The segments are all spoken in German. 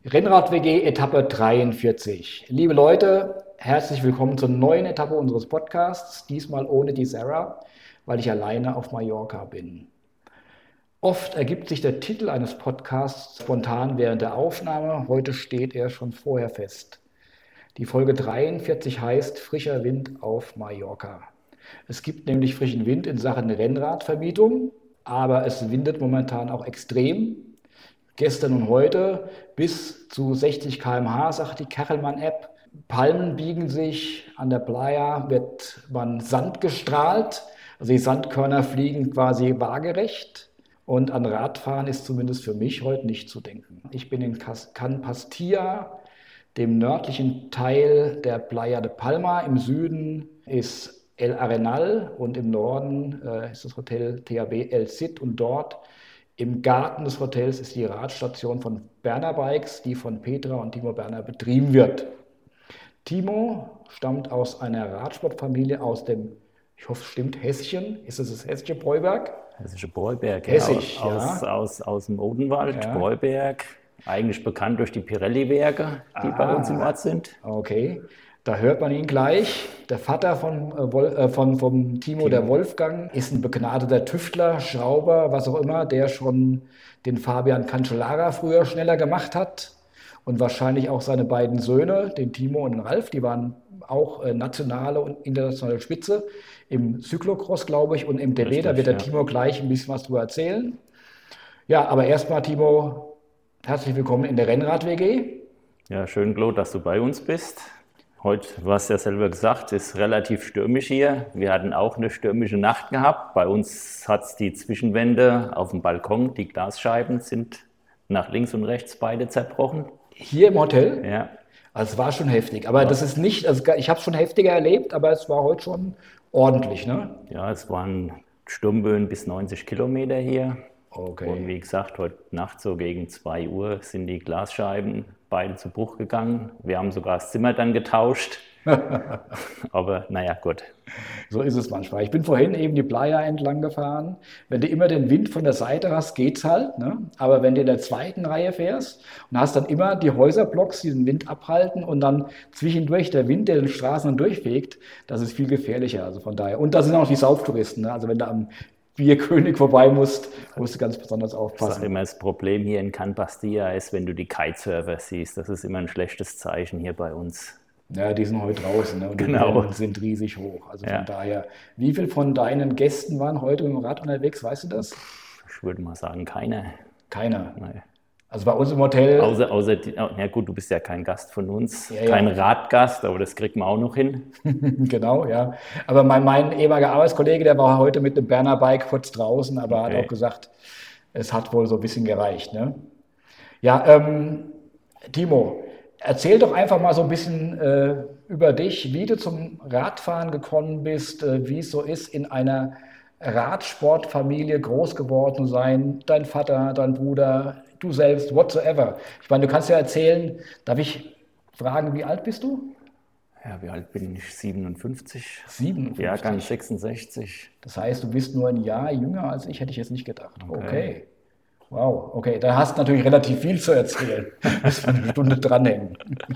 Rennrad-WG Etappe 43. Liebe Leute, herzlich willkommen zur neuen Etappe unseres Podcasts. Diesmal ohne die Sarah, weil ich alleine auf Mallorca bin. Oft ergibt sich der Titel eines Podcasts spontan während der Aufnahme. Heute steht er schon vorher fest. Die Folge 43 heißt Frischer Wind auf Mallorca. Es gibt nämlich frischen Wind in Sachen Rennradvermietung, aber es windet momentan auch extrem. Gestern und heute bis zu 60 km/h, sagt die Kachelmann-App. Palmen biegen sich, an der Playa wird man Sand gestrahlt, also die Sandkörner fliegen quasi waagerecht. Und an Radfahren ist zumindest für mich heute nicht zu denken. Ich bin in Can Pastia, dem nördlichen Teil der Playa de Palma. Im Süden ist El Arenal und im Norden ist das Hotel THB El Cid, und dort im Garten des Hotels ist die Radstation von Berner Bikes, die von Petra und Timo Berner betrieben wird. Timo stammt aus einer Radsportfamilie aus dem, ich hoffe es stimmt, Hesschen. Ist es das hessische Bräuberg? Hessische Bräuberg, ja, Hessisch, aus dem Odenwald, ja. Bräuberg, eigentlich bekannt durch die Pirelli-Werke, die bei uns im Ort sind. Okay, da hört man ihn gleich. Der Vater vom Timo, der Wolfgang, ist ein begnadeter Tüftler, Schrauber, was auch immer, der schon den Fabian Cancellara früher schneller gemacht hat. Und wahrscheinlich auch seine beiden Söhne, den Timo und den Ralf, die waren auch nationale und internationale Spitze im Cyclocross, glaube ich, und im DB. Da wird der Timo gleich ein bisschen was drüber erzählen. Ja, aber erstmal, Timo, herzlich willkommen in der Rennrad-WG. Ja, schön, Claude, dass du bei uns bist. Heute, du hast ja selber gesagt, ist relativ stürmisch hier. Wir hatten auch eine stürmische Nacht gehabt. Bei uns hat es die Zwischenwände auf dem Balkon, die Glasscheiben sind nach links und rechts beide zerbrochen. Hier im Hotel? Ja. Also es war schon heftig. Aber das ist nicht, also ich habe es schon heftiger erlebt, aber es war heute schon ordentlich, ne? Ja, es waren Sturmböen bis 90 Kilometer hier. Okay. Und wie gesagt, heute Nacht so gegen 2 Uhr sind die Glasscheiben beide zu Bruch gegangen. Wir haben sogar das Zimmer dann getauscht. Aber naja, gut. So ist es manchmal. Ich bin vorhin eben die Playa entlang gefahren. Wenn du immer den Wind von der Seite hast, geht's halt, ne? Aber wenn du in der zweiten Reihe fährst und hast dann immer die Häuserblocks, die den Wind abhalten, und dann zwischendurch der Wind, der den Straßen durchfegt, das ist viel gefährlicher. Also von daher. Und da sind auch die Sauftouristen, ne? Also wenn du am Bierkönig vorbei musst du ganz besonders Ich aufpassen. sage immer, das Problem hier in Can Pastia ist, wenn du die Kitesurfer siehst. Das ist immer ein schlechtes Zeichen hier bei uns. Ja, die sind heute draußen, ne? Und die Genau. Wellen sind riesig hoch. Also von daher, wie viele von deinen Gästen waren heute mit dem Rad unterwegs? Weißt du das? Ich würde mal sagen, keiner. Keiner. Nein. Also bei uns im Hotel. Außer ja gut, du bist ja kein Gast von uns, Ja, kein ja. Radgast, aber das kriegt man auch noch hin. Genau, ja. Aber mein ehemaliger Arbeitskollege, der war heute mit einem Berner Bike kurz draußen, aber hat Okay. auch gesagt, es hat wohl so ein bisschen gereicht, ne? Ja, Timo, erzähl doch einfach mal so ein bisschen über dich, wie du zum Radfahren gekommen bist, wie es so ist, in einer Radsportfamilie groß geworden zu sein, dein Vater, dein Bruder, du selbst, whatsoever. Ich meine, du kannst ja erzählen, darf ich fragen, wie alt bist du? Ja, wie alt bin ich? 57. 57. Jahrgang 66. Das heißt, du bist nur ein Jahr jünger als ich, hätte ich jetzt nicht gedacht. Okay. Wow, okay, da hast du natürlich relativ viel zu erzählen. Müssen wir eine Stunde dranhängen.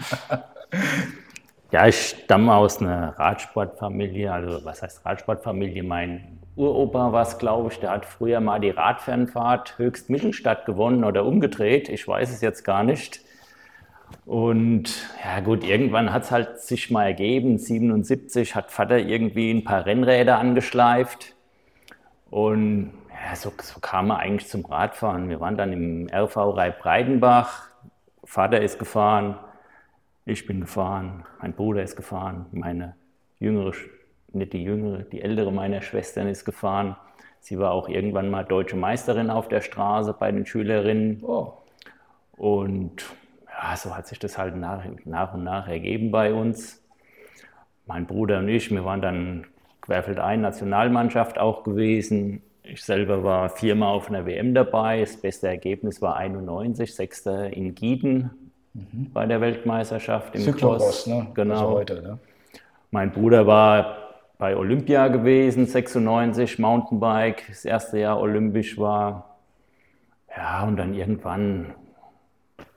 Ja, ich stamme aus einer Radsportfamilie. Also was heißt Radsportfamilie? Mein Uropa war es, glaube ich, der hat früher mal die Radfernfahrt Höchst-Mittelstadt gewonnen oder umgedreht. Ich weiß es jetzt gar nicht. Und ja gut, irgendwann hat es halt sich mal ergeben. 77 hat Vater irgendwie ein paar Rennräder angeschleift. Und ja, so kam er eigentlich zum Radfahren. Wir waren dann im RV Reib-Breitenbach. Vater ist gefahren, ich bin gefahren, mein Bruder ist gefahren, meine jüngere, nicht die jüngere, die ältere meiner Schwestern ist gefahren. Sie war auch irgendwann mal deutsche Meisterin auf der Straße bei den Schülerinnen. Oh. Und ja, so hat sich das halt nach und nach ergeben bei uns. Mein Bruder und ich, wir waren dann querfeldein Nationalmannschaft auch gewesen. Ich selber war 4-mal auf einer WM dabei. Das beste Ergebnis war 91, Sechster in Gieden bei der Weltmeisterschaft im Cyclocross, Cross. ne? Genau. Also heute, ne? Mein Bruder war bei Olympia gewesen, 96, Mountainbike, das erste Jahr olympisch war. Ja, und dann irgendwann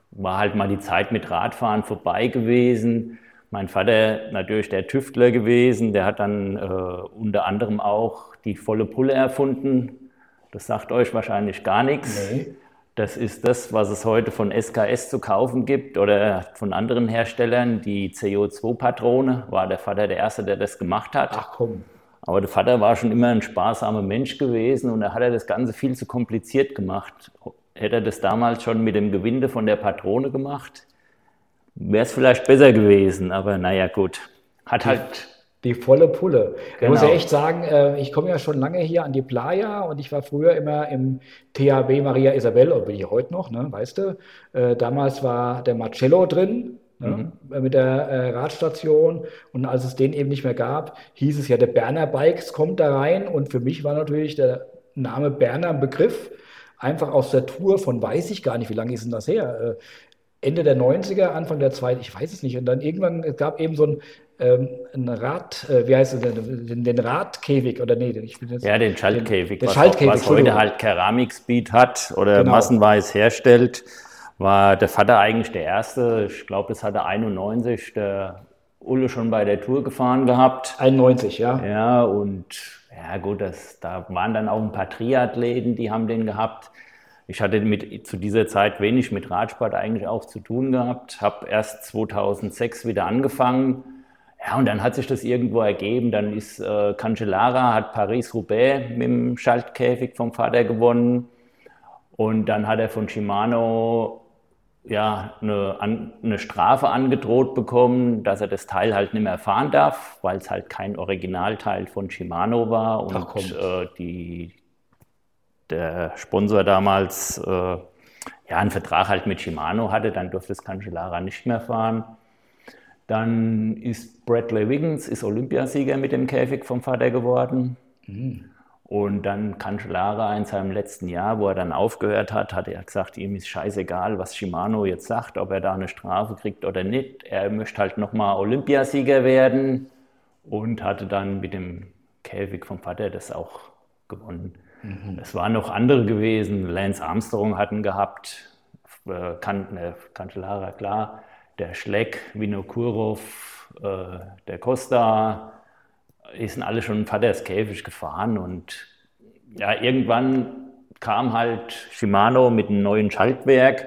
war halt mal die Zeit mit Radfahren vorbei gewesen. Mein Vater natürlich der Tüftler gewesen, der hat dann unter anderem auch die volle Pulle erfunden. Das sagt euch wahrscheinlich gar nichts. Nee. Das ist das, was es heute von SKS zu kaufen gibt oder von anderen Herstellern. Die CO2-Patrone, war der Vater der Erste, der das gemacht hat. Ach komm. Aber der Vater war schon immer ein sparsamer Mensch gewesen und da hat er das Ganze viel zu kompliziert gemacht. Hätte er das damals schon mit dem Gewinde von der Patrone gemacht, wäre es vielleicht besser gewesen. Aber naja, gut. Hat halt... Die volle Pulle. Ich Genau. muss ja echt sagen, ich komme ja schon lange hier an die Playa und ich war früher immer im THB Maria Isabel, oder bin ich heute noch, ne, weißt du. Damals war der Marcello drin, ne, mit der Radstation, und als es den eben nicht mehr gab, hieß es ja, der Berner Bikes kommt da rein, und für mich war natürlich der Name Berner ein Begriff, einfach aus der Tour von, weiß ich gar nicht, wie lange ist denn das her? Ende der 90er, Anfang der 2000, ich weiß es nicht. Und dann irgendwann, es gab eben so ein Rad, wie heißt es denn, den Radkäfig, oder nee, ich will jetzt, Ja, den Schaltkäfig, den was Schaltkäfig, heute Entschuldigung. halt Keramikspeed hat oder Genau. massenweise herstellt, war der Vater eigentlich der Erste. Ich glaube, das hatte 91 der Ulle schon bei der Tour gefahren gehabt. 91, ja. Ja, und ja gut, da waren dann auch ein paar Triathleten, die haben den gehabt. Ich hatte zu dieser Zeit wenig mit Radsport eigentlich auch zu tun gehabt, habe erst 2006 wieder angefangen. Ja, und dann hat sich das irgendwo ergeben. Dann ist Cancellara, hat Paris-Roubaix mit dem Schaltkäfig vom Vater gewonnen. Und dann hat er von Shimano ja, eine Strafe angedroht bekommen, dass er das Teil halt nicht mehr fahren darf, weil es halt kein Originalteil von Shimano war. Und Ach komm. der Sponsor damals ja, einen Vertrag halt mit Shimano hatte, dann durfte das Cancellara nicht mehr fahren. Dann ist Bradley Wiggins Olympiasieger mit dem Käfig vom Vater geworden. Und dann Cancellara in seinem letzten Jahr, wo er dann aufgehört hat, hat er gesagt, ihm ist scheißegal, was Shimano jetzt sagt, ob er da eine Strafe kriegt oder nicht. Er möchte halt nochmal Olympiasieger werden und hatte dann mit dem Käfig vom Vater das auch gewonnen. Es waren noch andere gewesen. Lance Armstrong hatten gehabt, Cancellara, klar, der Schleck, Vinokurov, der Costa, sind alle schon Vaters Käfig gefahren. Und ja, irgendwann kam halt Shimano mit einem neuen Schaltwerk.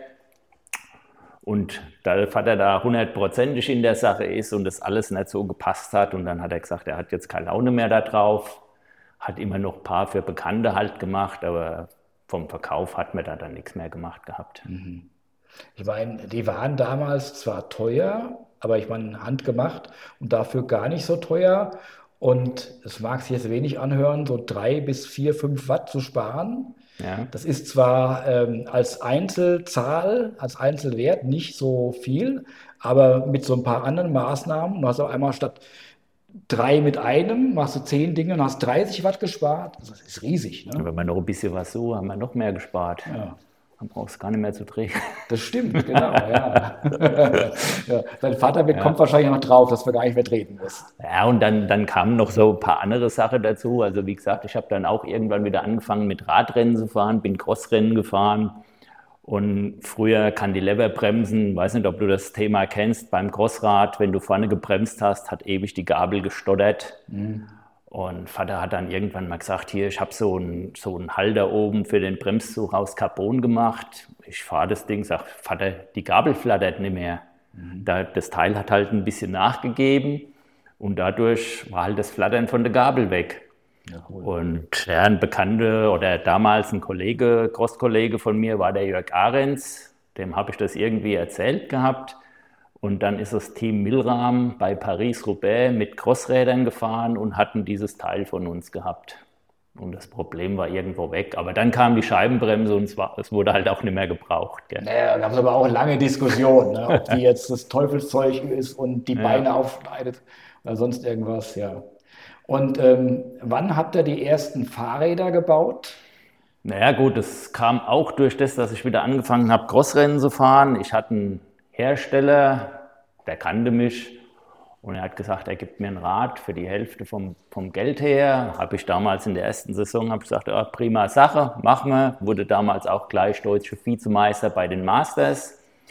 Und da der Vater da 100%ig in der Sache ist und das alles nicht so gepasst hat, und dann hat er gesagt, er hat jetzt keine Laune mehr da drauf. Hat immer noch ein paar für Bekannte halt gemacht, aber vom Verkauf hat man da dann nichts mehr gemacht gehabt. Ich meine, die waren damals zwar teuer, aber ich meine, handgemacht und dafür gar nicht so teuer. Und es mag sich jetzt wenig anhören, so 3 bis 4, 5 Watt zu sparen. Ja. Das ist zwar als Einzelzahl, als Einzelwert nicht so viel, aber mit so ein paar anderen Maßnahmen, du hast auf einmal statt 3 mit einem, machst du 10 Dinge und hast 30 Watt gespart. Das ist riesig, ne? Wenn wir noch ein bisschen was so, haben wir noch mehr gespart. Ja. Dann brauchst du gar nicht mehr zu drehen. Das stimmt, genau, ja. Ja. Dein Vater kommt wahrscheinlich noch drauf, dass wir gar nicht mehr treten müssen. Ja, und dann kamen noch so ein paar andere Sachen dazu. Also wie gesagt, ich habe dann auch irgendwann wieder angefangen mit Radrennen zu fahren, bin Crossrennen gefahren. Und früher Cantileverbremsen, weiß nicht, ob du das Thema kennst, beim Crossrad, wenn du vorne gebremst hast, hat ewig die Gabel gestottert. Und Vater hat dann irgendwann mal gesagt, hier, ich habe so einen Halter oben für den Bremszug aus Carbon gemacht. Ich fahre das Ding, sage, Vater, die Gabel flattert nicht mehr. Das Teil hat halt ein bisschen nachgegeben und dadurch war halt das Flattern von der Gabel weg. Ja, cool. Und ja, ein Bekannter oder damals ein Kollege, Crosskollege von mir war der Jörg Ahrens, dem habe ich das irgendwie erzählt gehabt. Und dann ist das Team Milram bei Paris-Roubaix mit Crossrädern gefahren und hatten dieses Teil von uns gehabt. Und das Problem war irgendwo weg. Aber dann kam die Scheibenbremse und es wurde halt auch nicht mehr gebraucht. Gell? Naja, da gab es aber auch lange Diskussionen, ne, ob die jetzt das Teufelszeug ist und die Beine aufschneidet oder sonst irgendwas, ja. Und wann habt ihr die ersten Fahrräder gebaut? Naja gut, das kam auch durch das, dass ich wieder angefangen habe, Crossrennen zu fahren. Ich hatte einen Hersteller, der kannte mich und er hat gesagt, er gibt mir ein Rad für die Hälfte vom Geld her. Habe ich damals in der ersten Saison gesagt, ja, prima Sache, machen wir. Wurde damals auch gleich deutscher Vizemeister bei den Masters.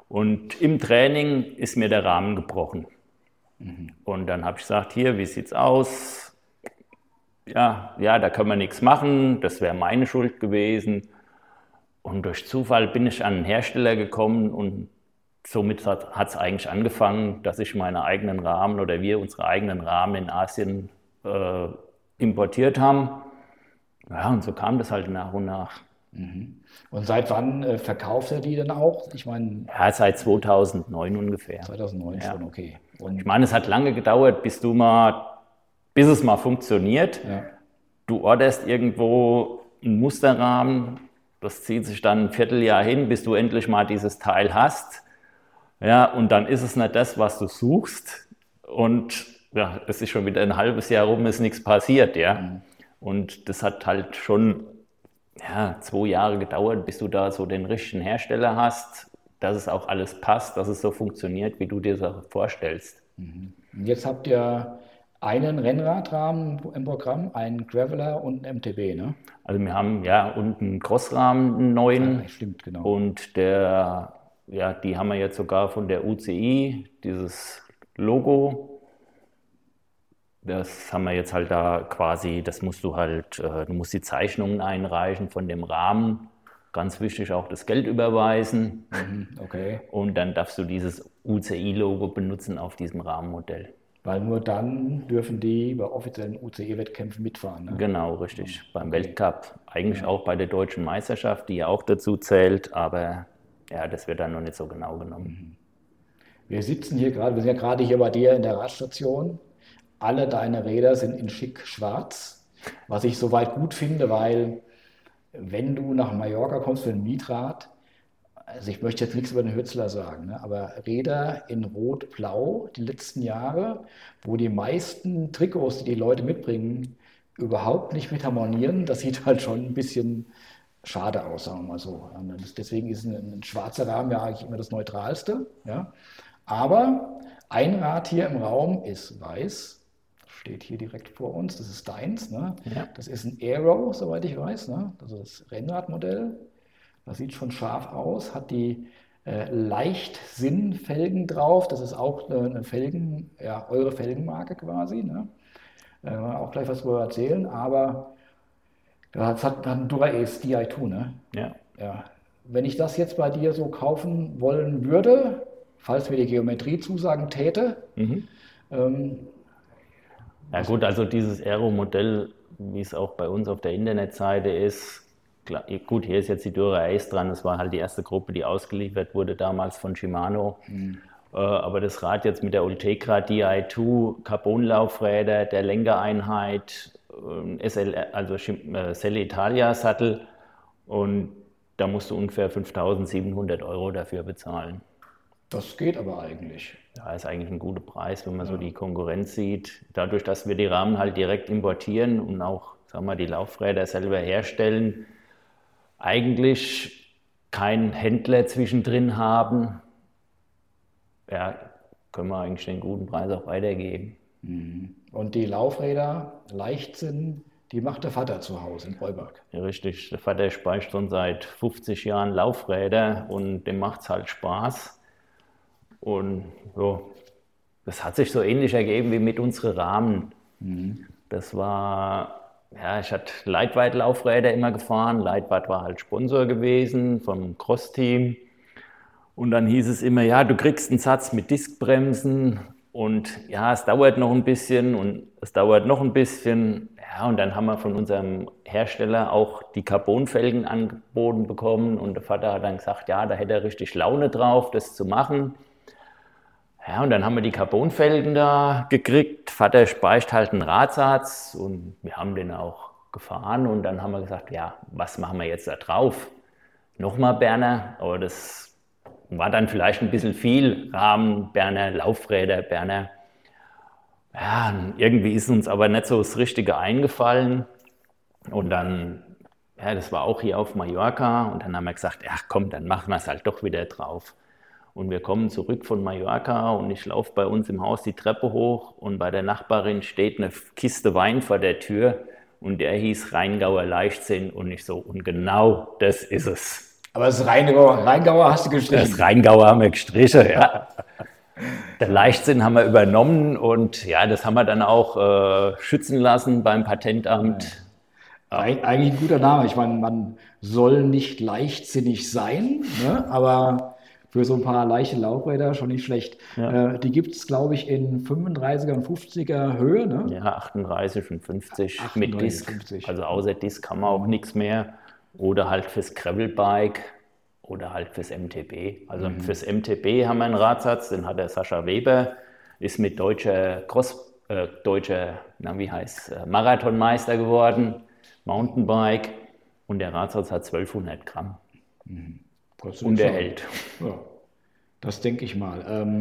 Und im Training ist mir der Rahmen gebrochen. Und dann habe ich gesagt, hier, wie sieht's aus? Ja, da können wir nichts machen, das wäre meine Schuld gewesen. Und durch Zufall bin ich an einen Hersteller gekommen und somit hat es eigentlich angefangen, dass ich meine eigenen Rahmen oder wir unsere eigenen Rahmen in Asien importiert haben. Ja, und so kam das halt nach und nach. Und seit wann verkauft er die denn auch? Ich meine, Ja, seit 2009 ungefähr. 2009 schon, okay. Und Ich meine, es hat lange gedauert, bis es mal funktioniert. ja, Du orderst irgendwo einen Musterrahmen, das zieht sich dann ein Vierteljahr hin, bis du endlich mal dieses Teil hast. Ja, und dann ist es nicht das, was du suchst. Und ja, es ist schon wieder ein halbes Jahr rum, ist nichts passiert, ja. Und das hat halt schon 2 Jahre gedauert, bis du da so den richtigen Hersteller hast, dass es auch alles passt, dass es so funktioniert, wie du dir das vorstellst. und jetzt habt ihr einen Rennradrahmen im Programm, einen Graveler und einen MTB, ne? Also wir haben ja unten einen Crossrahmen, einen neuen, Ja, stimmt, genau. und die haben wir jetzt sogar von der UCI, dieses Logo. Das haben wir jetzt halt da quasi, das musst du halt, du musst die Zeichnungen einreichen von dem Rahmen. Ganz wichtig auch das Geld überweisen. Okay. Und dann darfst du dieses UCI-Logo benutzen auf diesem Rahmenmodell. Weil nur dann dürfen die bei offiziellen UCI-Wettkämpfen mitfahren, ne? Genau, richtig. Beim Weltcup. Eigentlich auch bei der Deutschen Meisterschaft, die ja auch dazu zählt, aber ja, das wird dann noch nicht so genau genommen. Wir sind ja gerade hier bei dir in der Radstation. Alle deine Räder sind in schick schwarz, was ich soweit gut finde, weil wenn du nach Mallorca kommst für ein Mietrad, also ich möchte jetzt nichts über den Hürzler sagen, ne, aber Räder in Rot-Blau die letzten Jahre, wo die meisten Trikots, die die Leute mitbringen, überhaupt nicht mit harmonieren, das sieht halt schon ein bisschen schade aus, sagen wir mal so. Deswegen ist ein schwarzer Rahmen ja eigentlich immer das Neutralste. Ja. Aber ein Rad hier im Raum ist weiß, steht hier direkt vor uns, das ist deins. Ne? Ja. Das ist ein Aero, soweit ich weiß, ne? Also das Rennradmodell. Das sieht schon scharf aus, hat die Leichtsinn-Felgen drauf. Das ist auch eine Felgen, ja, eure Felgenmarke quasi. Ne? Auch gleich was drüber erzählen, aber das hat ein Dura-Ace Di2, ne? Ja. Ja. Wenn ich das jetzt bei dir so kaufen wollen würde, falls mir die Geometrie zusagen täte, Ja gut, also dieses Aero-Modell, wie es auch bei uns auf der Internetseite ist, klar, gut, hier ist jetzt die Dura Ace dran, das war halt die erste Gruppe, die ausgeliefert wurde damals von Shimano. Aber das Rad jetzt mit der Ultegra Di2, Carbonlaufräder, der Lenkereinheit, Selle Italia Sattel, und da musst du ungefähr 5.700 € dafür bezahlen. das geht aber eigentlich. Ja, ist eigentlich ein guter Preis, wenn man so die Konkurrenz sieht. Dadurch, dass wir die Rahmen halt direkt importieren und auch, sagen wir, die Laufräder selber herstellen, eigentlich keinen Händler zwischendrin haben, ja, können wir eigentlich den guten Preis auch weitergeben. Und die Laufräder, Leichtsinn, die macht der Vater zu Hause in Breuberg. Ja, richtig, der Vater speist schon seit 50 Jahren Laufräder und dem macht es halt Spaß. Und so, das hat sich so ähnlich ergeben wie mit unseren Rahmen. Das war, ja, ich hatte Leitweit-Laufräder immer gefahren. Leitweit war halt Sponsor gewesen vom Cross-Team. Und dann hieß es immer, ja, du kriegst einen Satz mit Diskbremsen und ja, es dauert noch ein bisschen und es dauert noch ein bisschen. Ja, und dann haben wir von unserem Hersteller auch die Carbonfelgen angeboten bekommen und der Vater hat dann gesagt, ja, da hätte er richtig Laune drauf, das zu machen. Ja, und dann haben wir die Carbonfelgen da gekriegt. Vater speicht halt einen Radsatz und wir haben den auch gefahren und dann haben wir gesagt, ja, was machen wir jetzt da drauf? Nochmal Berner, aber das war dann vielleicht ein bisschen viel. Rahmen, Berner, Laufräder, Berner. Ja, irgendwie ist uns aber nicht so das Richtige eingefallen. Und dann, ja, das war auch hier auf Mallorca. Und dann haben wir gesagt, ach komm, dann machen wir es halt doch wieder drauf. Und wir kommen zurück von Mallorca und ich laufe bei uns im Haus die Treppe hoch und bei der Nachbarin steht eine Kiste Wein vor der Tür und der hieß Rheingauer Leichtsinn und ich so, und genau das ist es. Aber das Rheingauer hast du gestrichen. Das Rheingauer haben wir gestrichen, ja. Der Leichtsinn haben wir übernommen und ja, das haben wir dann auch schützen lassen beim Patentamt. Eigentlich ein guter Name. Ich meine, man soll nicht leichtsinnig sein, ne? Aber für so ein paar leichte Laufräder schon nicht schlecht. Ja. Die gibt es, glaube ich, in 35er und 50er Höhe, ne? Ja, 38 und 50 mit 38, Disc. 50. Also außer Disc haben wir auch nichts mehr. Oder halt fürs Gravelbike oder halt fürs MTB. Also fürs MTB haben wir einen Radsatz, den hat der Sascha Weber, ist mit deutscher Marathonmeister geworden, Mountainbike, und der Radsatz hat 1200 Gramm Kostet und nicht der so. hält. Ja, das denke ich mal.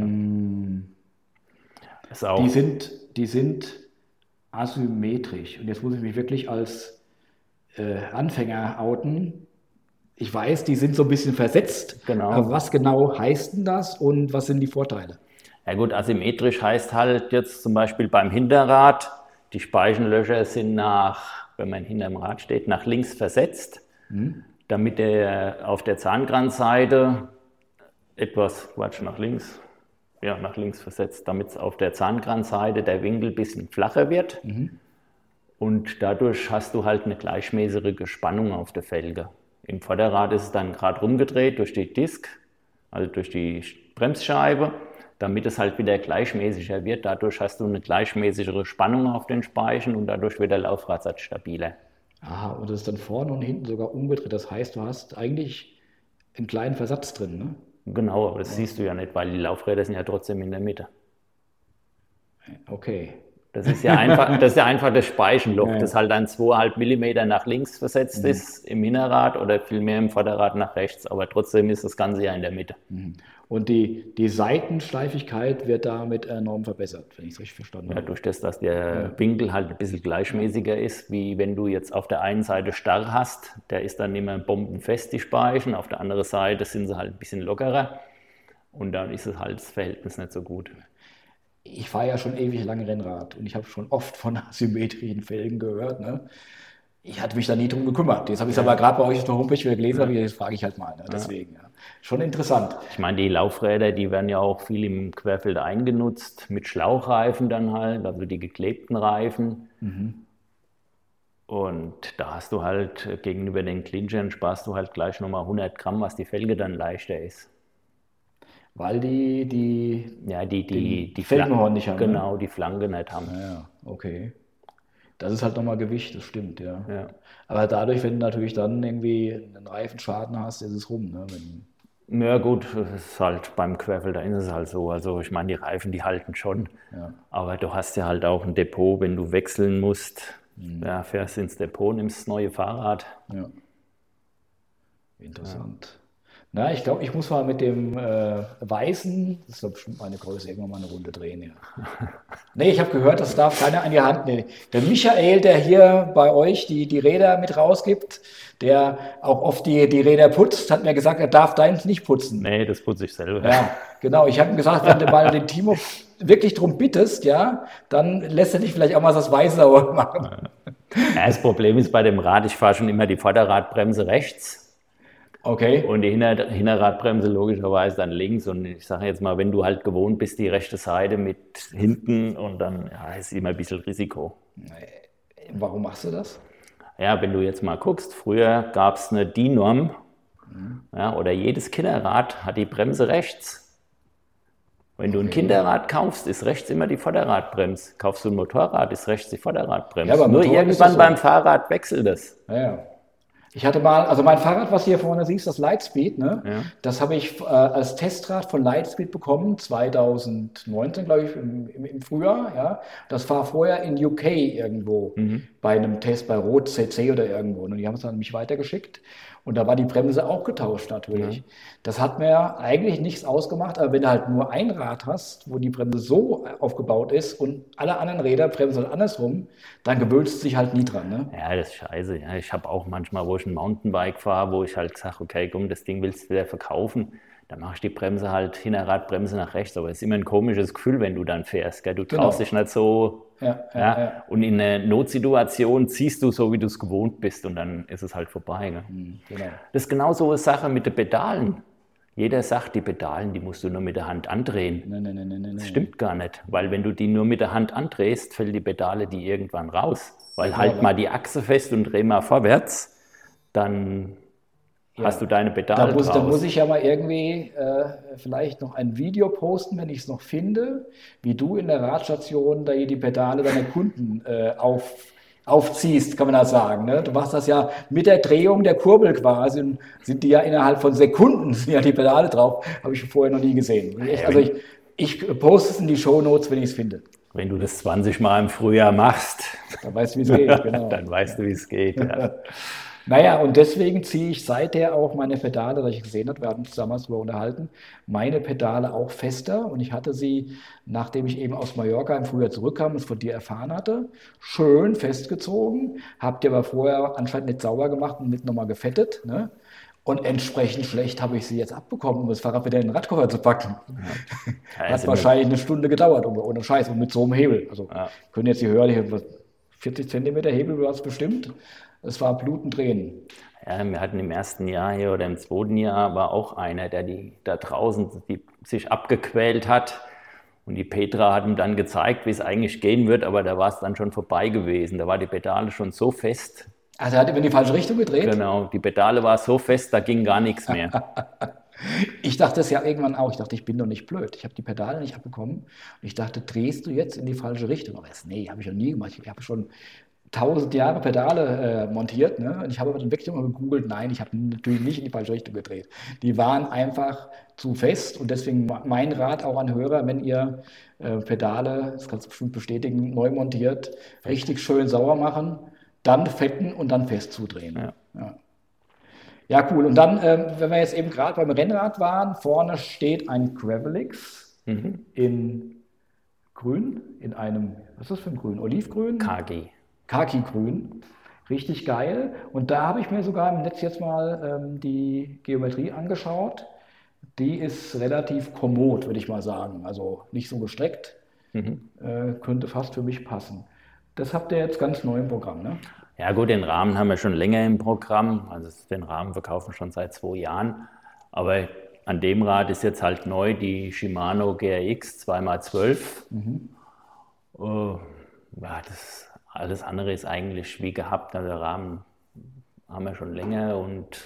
Ist auch, Die sind asymmetrisch. Und jetzt muss ich mich wirklich als Anfänger outen. Ich weiß, die sind so ein bisschen versetzt. Genau. Aber was genau heißt denn das und was sind die Vorteile? ja gut, asymmetrisch heißt halt jetzt zum Beispiel beim Hinterrad, die Speichenlöcher sind wenn man hinterm Rad steht, nach links versetzt, damit der auf der Zahnkranzseite nach links versetzt, damit es auf der Zahnkranzseite der Winkel ein bisschen flacher wird. Und dadurch hast du halt eine gleichmäßige Spannung auf der Felge. Im Vorderrad ist es dann gerade rumgedreht durch die Disc, also durch die Bremsscheibe, damit es halt wieder gleichmäßiger wird. Dadurch hast du eine gleichmäßigere Spannung auf den Speichen und dadurch wird der Laufradsatz stabiler. Aha, und das ist dann vorne und hinten sogar umgedreht. Das heißt, du hast eigentlich einen kleinen Versatz drin, ne? Genau, aber das siehst du ja nicht, weil die Laufräder sind ja trotzdem in der Mitte. Okay. Das ist ja einfach das Speichenloch, das halt dann 2,5 Millimeter nach links versetzt ist im Hinterrad oder vielmehr im Vorderrad nach rechts, aber trotzdem ist das Ganze ja in der Mitte. Und die Seitensteifigkeit wird damit enorm verbessert, wenn ich es richtig verstanden Ja, habe. durch das, dass der Winkel halt ein bisschen gleichmäßiger ist, wie wenn du jetzt auf der einen Seite starr hast, der ist dann immer bombenfest, die Speichen, auf der anderen Seite sind sie halt ein bisschen lockerer und dann ist es halt das Verhältnis nicht so gut. Ich fahre ja schon ewig lange Rennrad und ich habe schon oft von asymmetrischen Felgen gehört. Ne? Ich hatte mich da nie drum gekümmert. Jetzt habe ich es aber gerade bei euch auf der Homepage wieder gelesen, aber jetzt frage ich halt mal. Ne? Deswegen, ja. Schon interessant. Ich meine, die Laufräder, die werden ja auch viel im Querfeld eingenutzt, mit Schlauchreifen dann halt, also die geklebten Reifen. Und da hast du halt gegenüber den Clinchern sparst du halt gleich nochmal 100 Gramm, was die Felge dann leichter ist. Weil die Felgenhorn nicht haben. Genau, die Flanke nicht haben. Ja, okay. Das ist halt nochmal Gewicht, das stimmt, ja. Ja. Aber dadurch, wenn du natürlich dann irgendwie einen Reifenschaden hast, ist es rum. Ne? Ja gut, das ist halt beim Querfelder ist es halt so. Also ich meine, die Reifen, die halten schon. Ja. Aber du hast ja halt auch ein Depot, wenn du wechseln musst. Ja, fährst ins Depot, nimmst das neue Fahrrad. Ja. Interessant. Na, ich glaube, ich muss mal mit dem Weißen, das ist doch bestimmt meine Größe, irgendwann mal eine Runde drehen. Ja. Nee, ich habe gehört, das darf keiner an die Hand nehmen. Der Michael, der hier bei euch die Räder mit rausgibt, der auch oft die Räder putzt, hat mir gesagt, er darf deins nicht putzen. Nee, das putze ich selber. Ja, genau. Ich habe ihm gesagt, wenn du mal den Timo wirklich drum bittest, ja, dann lässt er dich vielleicht auch mal das Weiße sauber machen. Ja, das Problem ist bei dem Rad, ich fahre schon immer die Vorderradbremse rechts. Okay. Und die Hinterradbremse logischerweise dann links. Und ich sage jetzt mal, wenn du halt gewohnt bist, die rechte Seite mit hinten und dann ist immer ein bisschen Risiko. Warum machst du das? Ja, wenn du jetzt mal guckst, früher gab es eine DIN-Norm, oder jedes Kinderrad hat die Bremse rechts. Wenn du ein Kinderrad kaufst, ist rechts immer die Vorderradbremse. Kaufst du ein Motorrad, ist rechts die Vorderradbremse. Ja, aber nur Motorrad ist irgendwann das so. beim Fahrrad wechselt das. Ja. Ich hatte mal, also mein Fahrrad, was du hier vorne siehst, das Lightspeed, ne? Ja. Das habe ich als Testrad von Lightspeed bekommen, 2019, glaube ich, im Frühjahr. Ja? Das war vorher in UK irgendwo bei einem Test bei Rot CC oder irgendwo. Und die haben es dann nämlich weitergeschickt. Und da war die Bremse auch getauscht natürlich. Das hat mir eigentlich nichts ausgemacht, aber wenn du halt nur ein Rad hast, wo die Bremse so aufgebaut ist und alle anderen Räder bremsen halt andersrum, dann gewöhnst du dich halt nie dran. Ne? Ja, das ist scheiße. Ja, ich habe auch manchmal, wo ich ein Mountainbike fahre, wo ich halt sage, okay, komm, das Ding willst du wieder verkaufen, dann mache ich die Bremse halt, Hinterradbremse nach rechts. Aber es ist immer ein komisches Gefühl, wenn du dann fährst. Gell? Du traust dich nicht so Ja. Und in einer Notsituation ziehst du so, wie du es gewohnt bist und dann ist es halt vorbei. Ne? Genau. Das ist genau so eine Sache mit den Pedalen. Jeder sagt, die Pedalen, die musst du nur mit der Hand andrehen. Nein. Das stimmt gar nicht, weil wenn du die nur mit der Hand andrehst, fällt die Pedale die irgendwann raus. Weil halt mal die Achse fest und dreh mal vorwärts, dann hast du deine Pedale draus. Da muss ich ja mal irgendwie vielleicht noch ein Video posten, wenn ich es noch finde, wie du in der Radstation da die Pedale deiner Kunden aufziehst, kann man das sagen. Ne? Du machst das ja mit der Drehung der Kurbel quasi und sind die ja innerhalb von Sekunden sind ja die Pedale drauf. Habe ich vorher noch nie gesehen. Also ich poste es in die Shownotes, wenn ich es finde. Wenn du das 20 Mal im Frühjahr machst, dann weißt du, wie es geht. Genau. Dann weißt du, wie es geht. Ja. Naja, und deswegen ziehe ich seither auch meine Pedale, da ich gesehen habe, wir hatten uns damals darüber unterhalten, meine Pedale auch fester. Und ich hatte sie, nachdem ich eben aus Mallorca im Frühjahr zurückkam und es von dir erfahren hatte, schön festgezogen. Habt ihr aber vorher anscheinend nicht sauber gemacht und nicht nochmal gefettet. Ne? Und entsprechend schlecht habe ich sie jetzt abbekommen, um das Fahrrad wieder in den Radkoffer zu packen. Ja. Hat wahrscheinlich eine Stunde gedauert, ohne Scheiß, und mit so einem Hebel. Also können jetzt die Hörer, 40 Zentimeter Hebel, du hast bestimmt. Es war Blut und Tränen. Ja, wir hatten im ersten Jahr hier oder im zweiten Jahr war auch einer, der da draußen sich abgequält hat. Und die Petra hat ihm dann gezeigt, wie es eigentlich gehen wird, aber da war es dann schon vorbei gewesen. Da war die Pedale schon so fest. Also er hat in die falsche Richtung gedreht? Genau, die Pedale war so fest, da ging gar nichts mehr. Ich dachte es ja irgendwann auch. Ich dachte, ich bin doch nicht blöd. Ich habe die Pedale nicht abbekommen. Und ich dachte, drehst du jetzt in die falsche Richtung? Aber nee, habe ich noch nie gemacht. Ich habe schon 1000 Jahre Pedale montiert. Ne? Und ich habe aber dann wirklich mal gegoogelt. Nein, ich habe natürlich nicht in die falsche Richtung gedreht. Die waren einfach zu fest. Und deswegen mein Rat auch an Hörer, wenn ihr Pedale, das kannst du bestimmt bestätigen, neu montiert, richtig schön sauber machen, dann fetten und dann fest zudrehen. Ja, cool. Und dann, wenn wir jetzt eben gerade beim Rennrad waren, vorne steht ein Gravelix in grün, in einem, was ist das für ein Grün? Olivgrün? Khaki-grün. Richtig geil. Und da habe ich mir sogar im Netz jetzt mal die Geometrie angeschaut. Die ist relativ kommod, würde ich mal sagen. Also nicht so gestreckt. Könnte fast für mich passen. Das habt ihr jetzt ganz neu im Programm, ne? Ja gut, den Rahmen haben wir schon länger im Programm. Also den Rahmen verkaufen wir schon seit 2 Jahren. Aber an dem Rad ist jetzt halt neu die Shimano GRX 2x12. Ja, alles andere ist eigentlich wie gehabt. Also der Rahmen haben wir schon länger und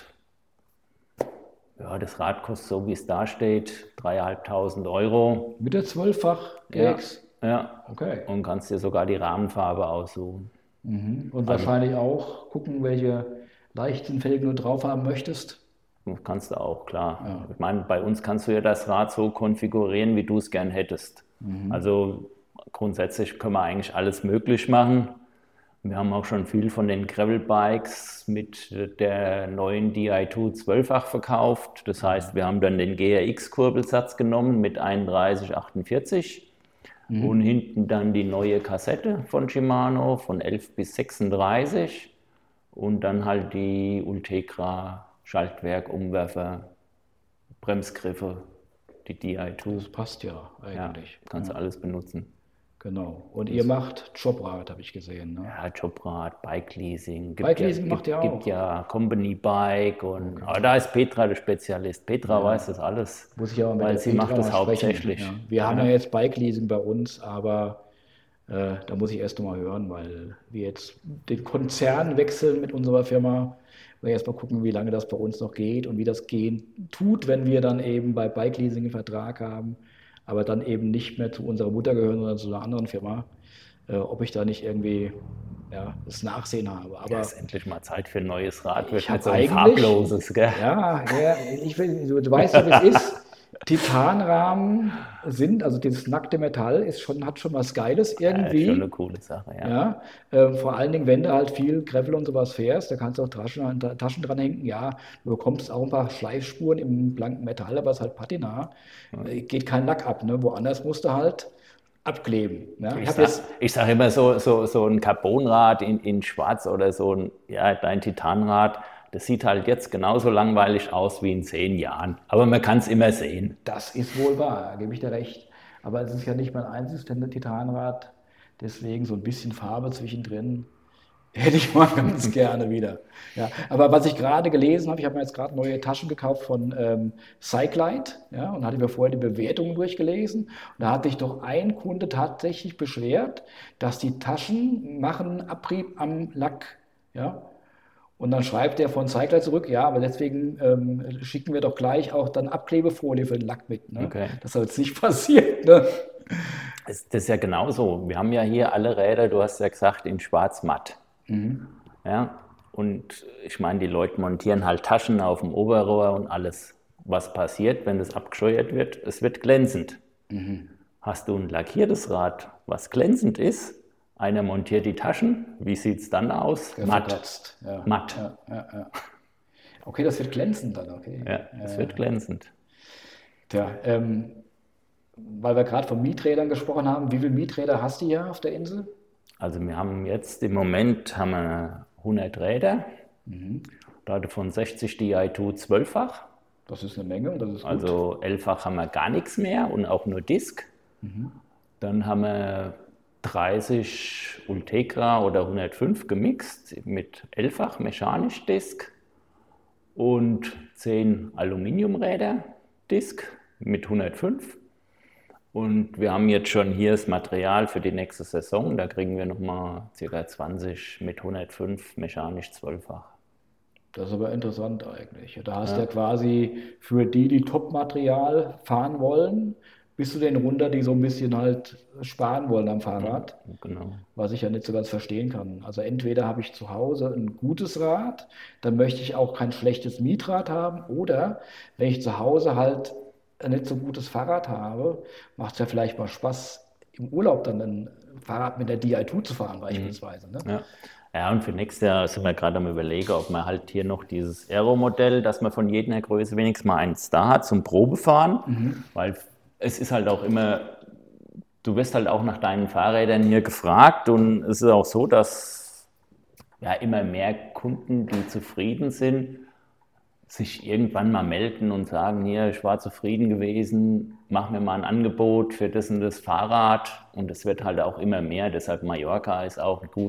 ja, das Rad kostet so, wie es da steht, 3.500 Euro. Mit der 12-fach GX? Ja, okay. Und kannst dir sogar die Rahmenfarbe aussuchen. Und wahrscheinlich auch gucken, welche leichten Felgen du drauf haben möchtest. Das kannst du auch, klar. Ja. Ich meine, bei uns kannst du ja das Rad so konfigurieren, wie du es gern hättest. Also grundsätzlich können wir eigentlich alles möglich machen. Wir haben auch schon viel von den Gravel-Bikes mit der neuen Di2 12-fach verkauft. Das heißt, wir haben dann den GRX-Kurbelsatz genommen mit 31,48 und hinten dann die neue Kassette von Shimano von 11 bis 36 und dann halt die Ultegra Schaltwerk, Umwerfer, Bremsgriffe, die Di2. Das passt ja eigentlich. Ja, kannst du alles benutzen. Genau. Und ihr macht Jobrad, habe ich gesehen. Ne? Ja, Jobrad, Bike-Leasing. Bike-Leasing macht ihr auch? Gibt ja Company-Bike und aber da ist Petra der Spezialist. Petra weiß das alles, muss ich aber mit weil der sie Petra macht das hauptsächlich. Ja. Wir haben ja jetzt Bike-Leasing bei uns, aber da muss ich erst noch mal hören, weil wir jetzt den Konzern wechseln mit unserer Firma. Wir erst mal gucken, wie lange das bei uns noch geht und wie das gehen tut, wenn wir dann eben bei Bike-Leasing einen Vertrag haben, aber dann eben nicht mehr zu unserer Mutter gehören, sondern zu einer anderen Firma, ob ich da nicht irgendwie das Nachsehen habe. Aber ja, ist endlich mal Zeit für ein neues Rad, wird halt so ein farbloses, gell? Ja, du weißt ja, wie es ist. Titanrahmen also dieses nackte Metall hat schon was Geiles irgendwie. Ja, schon eine coole Sache, ja. Vor allen Dingen, wenn du halt viel Gravel und sowas fährst, da kannst du auch Taschen dran hängen. Ja, du bekommst auch ein paar Schleifspuren im blanken Metall, aber es ist halt Patina. Geht kein Lack ab, ne? Woanders musst du halt abkleben. Ja? Ich sage immer so ein Carbonrad in Schwarz oder dein Titanrad, das sieht halt jetzt genauso langweilig aus wie in 10 Jahren. Aber man kann es immer sehen. Das ist wohl wahr, gebe ich dir recht. Aber es ist ja nicht mein einziges Titanrad. Deswegen so ein bisschen Farbe zwischendrin hätte ich mal ganz gerne wieder. Ja, aber was ich gerade gelesen habe, ich habe mir jetzt gerade neue Taschen gekauft von Cyclite, ja, und hatte mir vorher die Bewertungen durchgelesen. Und da hat sich doch ein Kunde tatsächlich beschwert, dass die Taschen machen Abrieb am Lack. Ja, und dann schreibt der von Cyclite zurück, ja, aber deswegen schicken wir doch gleich auch dann Abklebefolie für den Lack mit. Ne? Okay. Das soll jetzt nicht passieren. Ne? Das ist ja genauso. Wir haben ja hier alle Räder, du hast ja gesagt, in schwarz-matt. Ja, und ich meine, die Leute montieren halt Taschen auf dem Oberrohr und alles. Was passiert, wenn das abgescheuert wird? Es wird glänzend. Hast du ein lackiertes Rad, was glänzend ist? Einer montiert die Taschen. Wie sieht es dann aus? Der Matt. verkratzt. Ja. Matt. Ja. Okay, das wird glänzend dann, okay. Ja, es wird glänzend. Tja, weil wir gerade von Mieträdern gesprochen haben, wie viele Mieträder hast du hier auf der Insel? Also wir haben jetzt im Moment 100 Räder, davon 60 Di2 12-fach. Das ist eine Menge und das ist gut. Also 11-fach haben wir gar nichts mehr und auch nur Disk. Dann haben wir 30 Ultegra oder 105 gemixt mit 11-fach mechanisch Disk und 10 Aluminiumräder Disk mit 105. Und wir haben jetzt schon hier das Material für die nächste Saison. Da kriegen wir nochmal ca. 20 mit 105 mechanisch 12-fach. Das ist aber interessant eigentlich. Da hast du ja quasi für die Top-Material fahren wollen, bis zu den runter, die so ein bisschen halt sparen wollen am Fahrrad. Genau. Was ich ja nicht so ganz verstehen kann. Also entweder habe ich zu Hause ein gutes Rad, dann möchte ich auch kein schlechtes Mietrad haben, oder wenn ich zu Hause halt ein nicht so gutes Fahrrad habe, macht es ja vielleicht mal Spaß, im Urlaub dann ein Fahrrad mit der Di2 zu fahren beispielsweise. Ne? Ja, und für nächstes Jahr sind wir gerade am Überlegen, ob man halt hier noch dieses Aero-Modell, dass man von jeder Größe wenigstens mal eins da hat zum Probefahren, weil es ist halt auch immer, du wirst halt auch nach deinen Fahrrädern hier gefragt, und es ist auch so, dass ja immer mehr Kunden, die zufrieden sind, sich irgendwann mal melden und sagen, hier, ich war zufrieden gewesen, mach mir mal ein Angebot für das und das Fahrrad. Und es wird halt auch immer mehr, deshalb Mallorca ist auch eine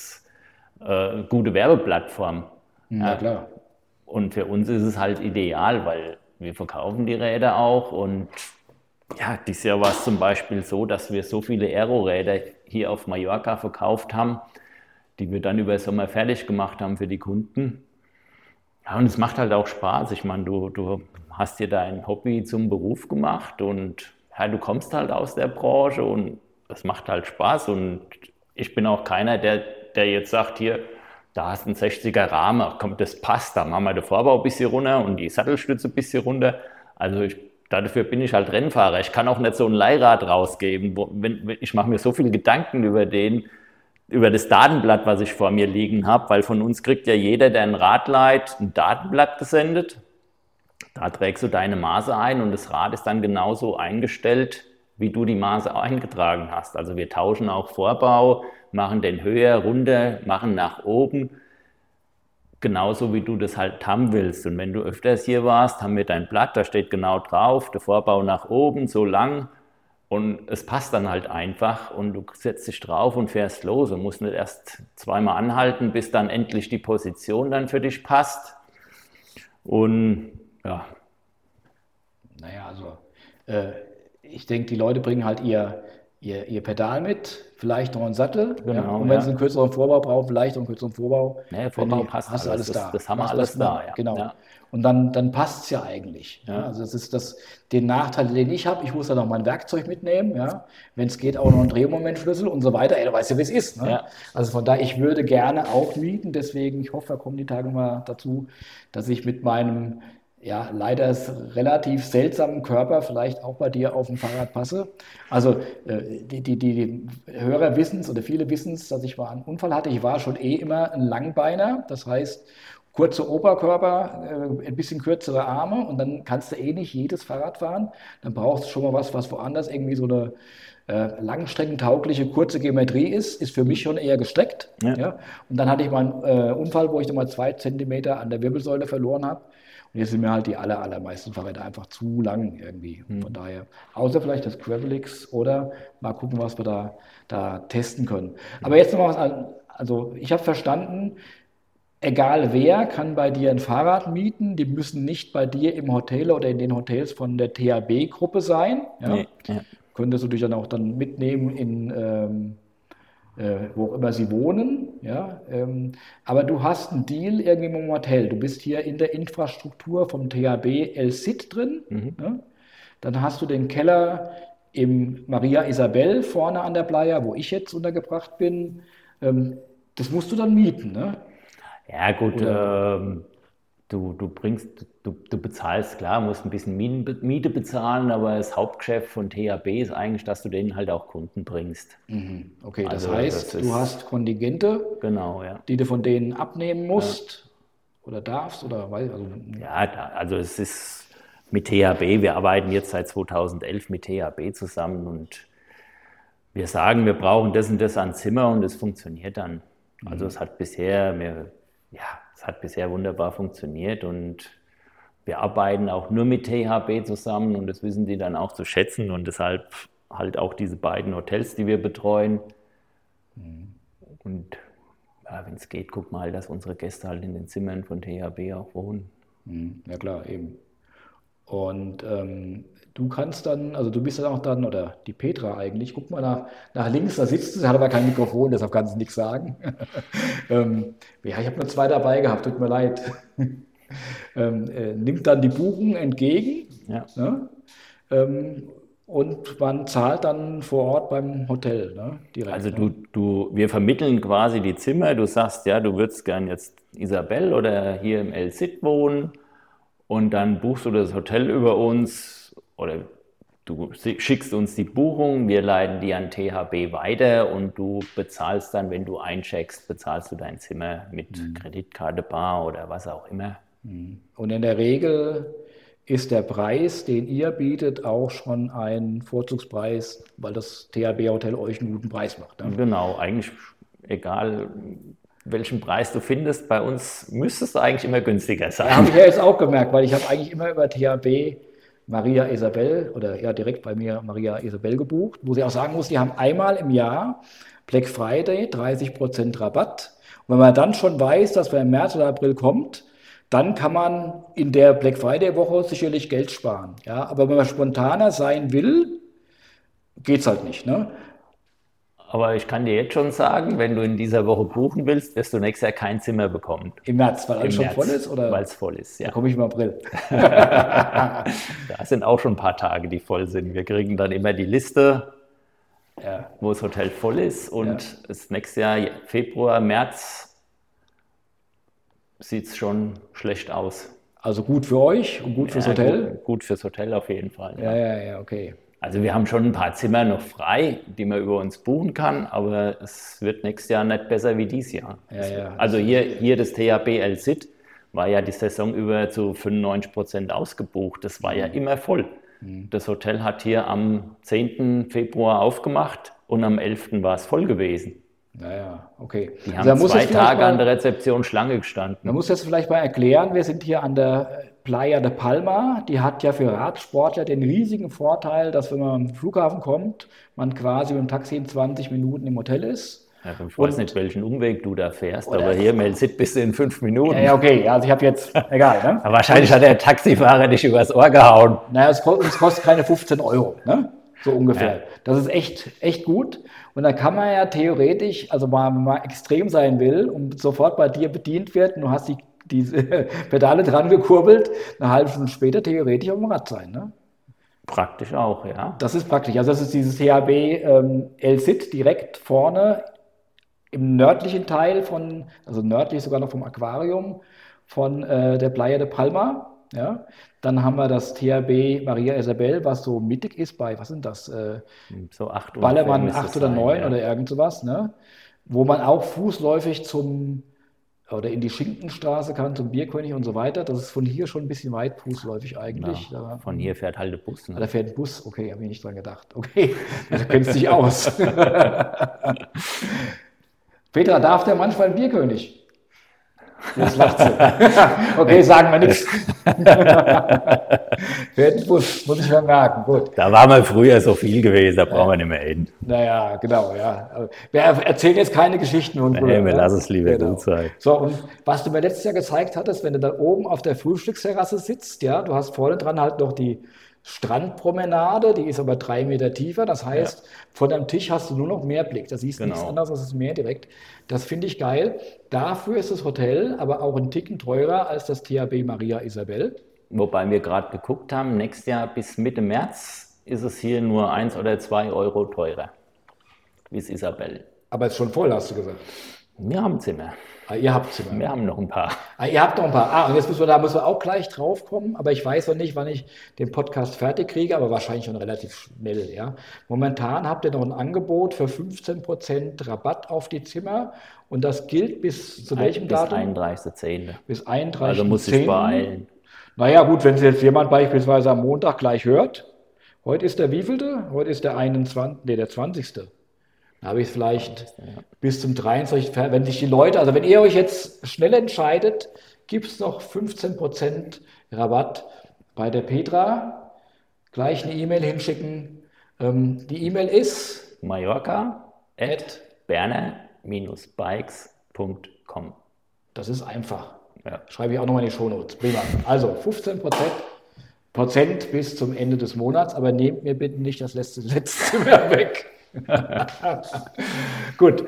gute Werbeplattform. Ja, klar. Und für uns ist es halt ideal, weil wir verkaufen die Räder auch, und ja, dieses Jahr war es zum Beispiel so, dass wir so viele Aero-Räder hier auf Mallorca verkauft haben, die wir dann über den Sommer fertig gemacht haben für die Kunden. Ja, und es macht halt auch Spaß. Ich meine, du hast dir dein Hobby zum Beruf gemacht, und ja, du kommst halt aus der Branche, und es macht halt Spaß. Und ich bin auch keiner, der jetzt sagt, hier, da hast du einen 60er Rahmen, komm, das passt, da machen wir den Vorbau ein bisschen runter und die Sattelstütze ein bisschen runter. Also dafür bin ich halt Rennfahrer. Ich kann auch nicht so ein Leihrad rausgeben. Ich mache mir so viel Gedanken über das Datenblatt, was ich vor mir liegen habe, weil von uns kriegt ja jeder, der ein Rad leiht, ein Datenblatt gesendet. Da trägst du deine Maße ein, und das Rad ist dann genauso eingestellt, wie du die Maße eingetragen hast. Also wir tauschen auch Vorbau, machen den höher, runter, machen nach oben, genauso wie du das halt haben willst. Und wenn du öfters hier warst, haben wir dein Blatt, da steht genau drauf, der Vorbau nach oben, so lang. Und es passt dann halt einfach, und du setzt dich drauf und fährst los und musst nicht erst zweimal anhalten, bis dann endlich die Position dann für dich passt. Und ja. Naja, also ich denke, die Leute bringen halt ihr Pedal mit, vielleicht noch einen Sattel. Genau, und wenn sie einen kürzeren Vorbau brauchen, vielleicht noch einen kürzeren Vorbau. Nee, Vorbau passt hast du alles da. Das haben wir alles da, ja. Genau. Ja. Und dann passt es ja eigentlich. Ja. Also das ist den Nachteil, den ich habe. Ich muss dann noch mein Werkzeug mitnehmen. Ja. Wenn es geht, auch noch einen Drehmomentschlüssel und so weiter. Ey, du weißt ja, wie es ist. Ne? Ja. Also von daher, ich würde gerne auch mieten. Deswegen, ich hoffe, da kommen die Tage mal dazu, dass ich mit meinem leider relativ seltsamen Körper vielleicht auch bei dir auf dem Fahrrad passe. Also die Hörer wissen es, oder viele wissen es, dass ich mal einen Unfall hatte. Ich war schon immer ein Langbeiner. Das heißt, kurzer Oberkörper, ein bisschen kürzere Arme, und dann kannst du nicht jedes Fahrrad fahren. Dann brauchst du schon mal was woanders irgendwie so eine langstreckentaugliche, kurze Geometrie ist für mich schon eher gestreckt. Ja. Ja. Und dann hatte ich mal einen Unfall, wo ich dann mal 2 Zentimeter an der Wirbelsäule verloren habe. Und jetzt sind mir halt die allermeisten Fahrräder einfach zu lang irgendwie. Von daher, außer vielleicht das Gravelix oder mal gucken, was wir da testen können. Aber jetzt nochmal was an. Also ich habe verstanden, egal wer kann bei dir ein Fahrrad mieten. Die müssen nicht bei dir im Hotel oder in den Hotels von der THB-Gruppe sein. Ja? Nee, ja. Könntest du dich dann auch dann mitnehmen wo auch immer sie wohnen. Ja? Aber du hast einen Deal irgendwie mit dem Hotel. Du bist hier in der Infrastruktur vom THB El Cid drin. Ja? Dann hast du den Keller im Maria Isabel vorne an der Playa, wo ich jetzt untergebracht bin. Das musst du dann mieten, ne? Ja gut, Oder du bezahlst, klar, musst ein bisschen Miete bezahlen, aber das Hauptgeschäft von THB ist eigentlich, dass du denen halt auch Kunden bringst. okay, das Also heißt, das du ist, hast Kontingente, genau, ja. die du von denen abnehmen musst oder darfst oder also, Ja, also es ist mit THB, wir arbeiten jetzt seit 2011 mit THB zusammen und wir sagen, wir brauchen das und das an Zimmer und es funktioniert dann. Also es hat bisher wunderbar funktioniert und wir arbeiten auch nur mit THB zusammen und das wissen die dann auch zu schätzen und deshalb halt auch diese beiden Hotels, die wir betreuen. Und ja, wenn es geht, guck mal, dass unsere Gäste halt in den Zimmern von THB auch wohnen. ja klar, eben. Und du kannst dann, also du bist dann auch dann, oder die Petra eigentlich, guck mal nach links, da sitzt sie, hat aber kein Mikrofon, deshalb kann sie nichts sagen. Ja, ich habe nur zwei dabei gehabt, tut mir leid. Nimmt dann die Buchung entgegen, Ja. ne? Und man zahlt dann vor Ort beim Hotel, ne? Direkt. Also Ne? wir vermitteln quasi die Zimmer. Du sagst, ja, du würdest gern jetzt Isabel oder hier im El Cid wohnen und dann buchst du das Hotel über uns oder du schickst uns die Buchung, wir leiten die an THB weiter und du bezahlst dann, wenn du eincheckst, bezahlst du dein Zimmer mit Kreditkarte, Bar oder was auch immer. Und in der Regel ist der Preis, den ihr bietet, auch schon ein Vorzugspreis, weil das THB-Hotel euch einen guten Preis macht. Ne? Genau, eigentlich egal welchen Preis du findest, bei uns müsstest du eigentlich immer günstiger sein. Ja, habe ich ja jetzt auch gemerkt, weil ich habe eigentlich immer über THB Maria Isabel oder ja direkt bei mir Maria Isabel gebucht, wo sie auch sagen muss, die haben einmal im Jahr Black Friday 30% Rabatt. Und wenn man dann schon weiß, dass wir im März oder April kommt, dann kann man in der Black Friday Woche sicherlich Geld sparen. Ja, aber wenn man spontaner sein will, geht's halt nicht. Ne? Aber ich kann dir jetzt schon sagen, wenn du in dieser Woche buchen willst, wirst du nächstes Jahr kein Zimmer bekommen. Im März, weil alles Im schon März, voll ist? Oder? weil es voll ist, ja. Da komme ich im April. Da sind auch schon ein paar Tage, die voll sind. Wir kriegen dann immer die Liste, Ja. wo das Hotel voll ist und das nächste Jahr, Februar, März, sieht es schon schlecht aus. Also gut für euch und gut fürs Hotel? Gut fürs Hotel auf jeden Fall. Ja, okay. Also wir haben schon ein paar Zimmer noch frei, die man über uns buchen kann, aber es wird nächstes Jahr nicht besser wie dieses Jahr. Ja. Also hier das THB El Cid war ja die Saison über zu 95% ausgebucht. Das war ja immer voll. Das Hotel hat hier am 10. Februar aufgemacht und am 11. war es voll gewesen. Ja, okay. Die Also da haben muss 2 jetzt vielleicht Tage an mal, der Rezeption Schlange gestanden. man muss jetzt vielleicht mal erklären, wir sind hier an der Playa de Palma. Die hat ja für Radsportler den riesigen Vorteil, dass wenn man am Flughafen kommt, man quasi mit dem Taxi in 20 Minuten im Hotel ist. Ja, ich weiß nicht, welchen Umweg du da fährst, aber hier im El Cid bist du in 5 Minuten. Ja, okay. Also ich habe jetzt, egal. Ne? Aber wahrscheinlich hat der Taxifahrer dich übers Ohr gehauen. Naja, uns kostet keine 15 Euro, ne? So ungefähr. Ja. Das ist echt gut. Und da kann man ja theoretisch, also wenn man extrem sein will und sofort bei dir bedient wird und du hast diese Pedale dran gekurbelt, eine halbe Stunde später theoretisch auf dem Rad sein. Ne? Praktisch auch, ja. Das ist praktisch. Also das ist dieses THB El Cid direkt vorne im nördlichen Teil also nördlich sogar noch vom Aquarium von der Playa de Palma. Ja? Dann haben wir das THB Maria Isabel, was so mittig ist bei, was sind das? So 8 Ballermann 8 oder 9 oder irgend sowas, ne? Wo man auch fußläufig oder in die Schinkenstraße kann, zum Bierkönig und so weiter. Das ist von hier schon ein bisschen weit fußläufig eigentlich. Ja, von hier fährt halt der Bus. Ne? Da fährt ein Bus, okay, habe ich nicht dran gedacht. Okay, du kennst dich aus. Petra, darf der manchmal ein Bierkönig? Jetzt lacht sie. Okay, sagen wir nichts. Muss ich mal merken. Gut. Da war mal früher so viel gewesen, da brauchen wir nicht mehr hin. Naja, genau, ja. Wir erzählen jetzt keine Geschichten von früher. Nee, wir lassen es lieber gut sein. So, und was du mir letztes Jahr gezeigt hattest, wenn du da oben auf der Frühstücksterrasse sitzt, ja, du hast vorne dran halt noch die Strandpromenade, die ist aber 3 Meter tiefer. Das heißt, von deinem Tisch hast du nur noch Meerblick. Da siehst du nichts anderes als das Meer direkt. Das finde ich geil. Dafür ist das Hotel aber auch ein Ticken teurer als das THB Maria Isabel. Wobei wir gerade geguckt haben, nächstes Jahr bis Mitte März ist es hier nur 1 oder 2 Euro teurer. Wie es Isabel. Aber ist schon voll, hast du gesagt. Wir haben Zimmer. Ihr habt Zimmer. Wir haben noch ein paar. Ihr habt noch ein paar. Und jetzt müssen wir auch gleich drauf kommen. Aber ich weiß noch nicht, wann ich den Podcast fertig kriege, aber wahrscheinlich schon relativ schnell. Ja. Momentan habt ihr noch ein Angebot für 15% Rabatt auf die Zimmer. Und das gilt bis zu welchem Datum? Bis 31.10. Bis 31.10. Also muss ich beeilen. Naja, gut, wenn es jetzt jemand beispielsweise am Montag gleich hört. Heute ist der wievielte? Heute ist der 21., der 20. Da habe ich es vielleicht bis zum 23. Wenn sich die Leute, also wenn ihr euch jetzt schnell entscheidet, gibt es noch 15% Rabatt bei der Petra. Gleich eine E-Mail hinschicken. Die E-Mail ist mallorca@berner-bikes.com. Das ist einfach. Ja. Schreibe ich auch nochmal in die Shownotes. Prima. Also 15% bis zum Ende des Monats, aber nehmt mir bitte nicht das letzte mehr weg. Gut.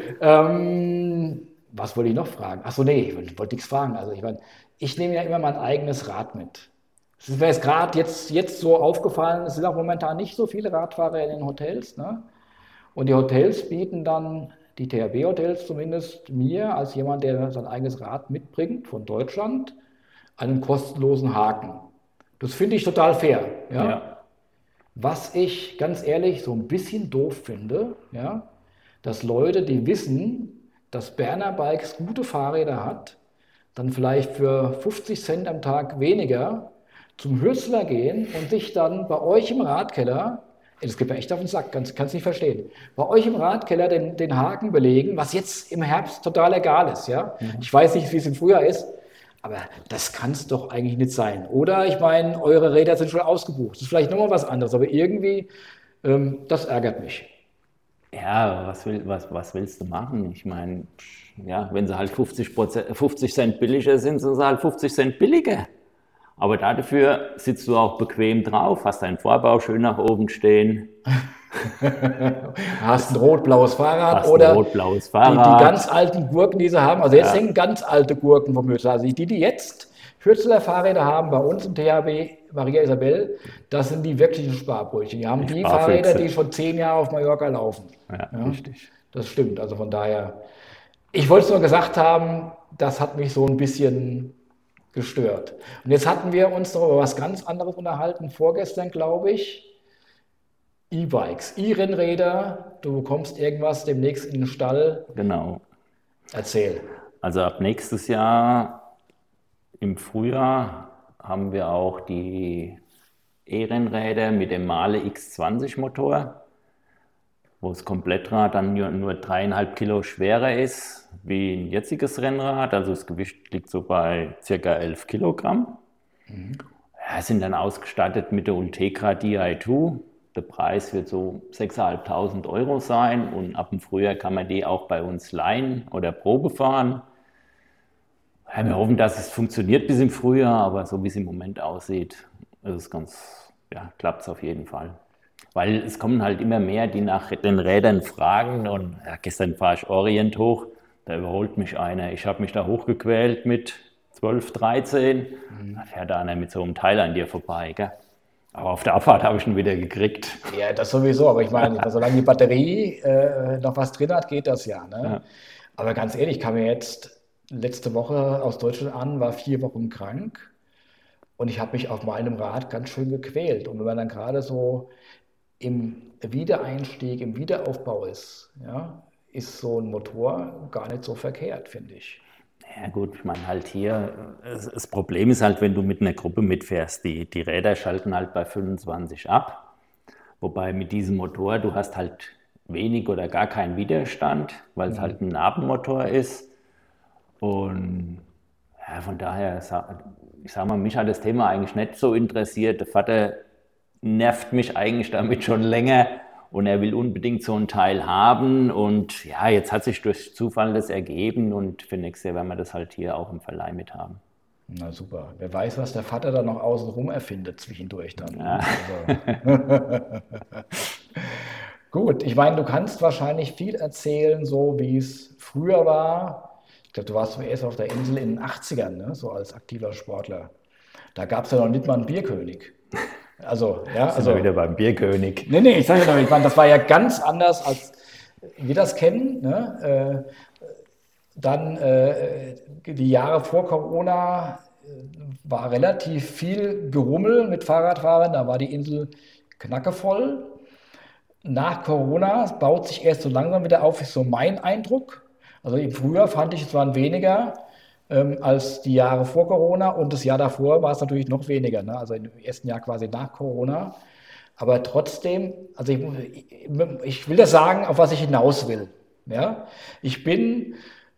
Was wollte ich noch fragen? Achso, nee, ich wollte nichts fragen. Also ich nehme ja immer mein eigenes Rad mit. Es ist mir jetzt gerade jetzt so aufgefallen, es sind auch momentan nicht so viele Radfahrer in den Hotels. Ne? Und die Hotels bieten dann, die THB-Hotels zumindest, mir als jemand, der sein eigenes Rad mitbringt von Deutschland, einen kostenlosen Haken. Das finde ich total fair. Ja? Was ich ganz ehrlich so ein bisschen doof finde, ja, dass Leute, die wissen, dass Berner Bikes gute Fahrräder hat, dann vielleicht für 50 Cent am Tag weniger zum Hürzler gehen und sich dann bei euch im Radkeller, das geht mir echt auf den Sack, kann es nicht verstehen, bei euch im Radkeller den Haken belegen, was jetzt im Herbst total egal ist. Ja? Ich weiß nicht, wie es im Frühjahr ist. Aber das kann es doch eigentlich nicht sein. Oder ich meine, eure Räder sind schon ausgebucht. Das ist vielleicht nochmal was anderes, aber irgendwie, das ärgert mich. Ja, was willst du machen? Ich meine, ja, wenn sie halt 50 Cent billiger sind, sind sie halt 50 Cent billiger. Aber dafür sitzt du auch bequem drauf, hast deinen Vorbau schön nach oben stehen. Hast ein rot-blaues Fahrrad Die ganz alten Gurken, die sie haben. Also jetzt hängen ganz alte Gurken vom Hürzler. Also die jetzt Hürzler Fahrräder haben bei uns im THB Maria Isabel, das sind die wirklichen Sparbrötchen. Die haben die Fahrräder, die schon 10 Jahre auf Mallorca laufen. Ja, richtig. Das stimmt. Also von daher, ich wollte es nur gesagt haben, das hat mich so ein bisschen gestört. Und jetzt hatten wir uns noch über was ganz anderes unterhalten, vorgestern, glaube ich. E-Bikes, E-Rennräder, du bekommst irgendwas demnächst in den Stall. Genau. Erzähl. Also ab nächstes Jahr im Frühjahr haben wir auch die E-Rennräder mit dem Mahle X20 Motor, wo das Komplettrad dann nur 3,5 Kilo schwerer ist wie ein jetziges Rennrad. Also das Gewicht liegt so bei ca. 11 Kilogramm. Ja, sind dann ausgestattet mit der Ultegra Di2. Der Preis wird so 6.500 Euro sein und ab dem Frühjahr kann man die auch bei uns leihen oder Probe fahren. Ja, wir hoffen, dass es funktioniert bis im Frühjahr, aber so wie es im Moment aussieht, klappt es auf jeden Fall. Weil es kommen halt immer mehr, die nach den Rädern fragen und gestern fahre ich Orient hoch, da überholt mich einer. Ich habe mich da hochgequält mit 12, 13, da fährt einer mit so einem Teil an dir vorbei, gell? Aber auf der Abfahrt habe ich ihn wieder gekriegt. Ja, das sowieso. Aber ich meine, solange die Batterie noch was drin hat, geht das ja. Ne? Ja. Aber ganz ehrlich, ich kam mir jetzt letzte Woche aus Deutschland an, war 4 Wochen krank und ich habe mich auf meinem Rad ganz schön gequält. Und wenn man dann gerade so im Wiedereinstieg, im Wiederaufbau ist, ja, ist so ein Motor gar nicht so verkehrt, finde ich. Ja gut, ich meine halt hier, das Problem ist halt, wenn du mit einer Gruppe mitfährst, die Räder schalten halt bei 25 ab, wobei mit diesem Motor, du hast halt wenig oder gar keinen Widerstand, weil es halt ein Nabenmotor ist und Ja, von daher, ich sag mal, mich hat das Thema eigentlich nicht so interessiert. Der Vater nervt mich eigentlich damit schon länger und er will unbedingt so einen Teil haben. Und ja, jetzt hat sich durch Zufall das ergeben und für nächstes Jahr werden wir das halt hier auch im Verleih mit haben. Na super. Wer weiß, was der Vater dann noch außenrum erfindet zwischendurch dann. Ne? Ja. Also. Gut, ich meine, du kannst wahrscheinlich viel erzählen, so wie es früher war. Ich glaube, du warst zuerst auf der Insel in den 80ern, ne? So als aktiver Sportler. Da gab es ja noch nicht mal einen Bierkönig. Also, ja, Sind wir also, wieder beim Bierkönig. nee, ich sage ja damit, ich meine, das war ja ganz anders, als wir das kennen. Ne? Dann die Jahre vor Corona war relativ viel Gerummel mit Fahrradfahrern, da war die Insel knackevoll. Nach Corona baut sich erst so langsam wieder auf, ist so mein Eindruck. Also im Frühjahr fand ich, es waren weniger als die Jahre vor Corona und das Jahr davor war es natürlich noch weniger, ne? Also im ersten Jahr quasi nach Corona. Aber trotzdem, also ich will das sagen, auf was ich hinaus will. Ja? Ich bin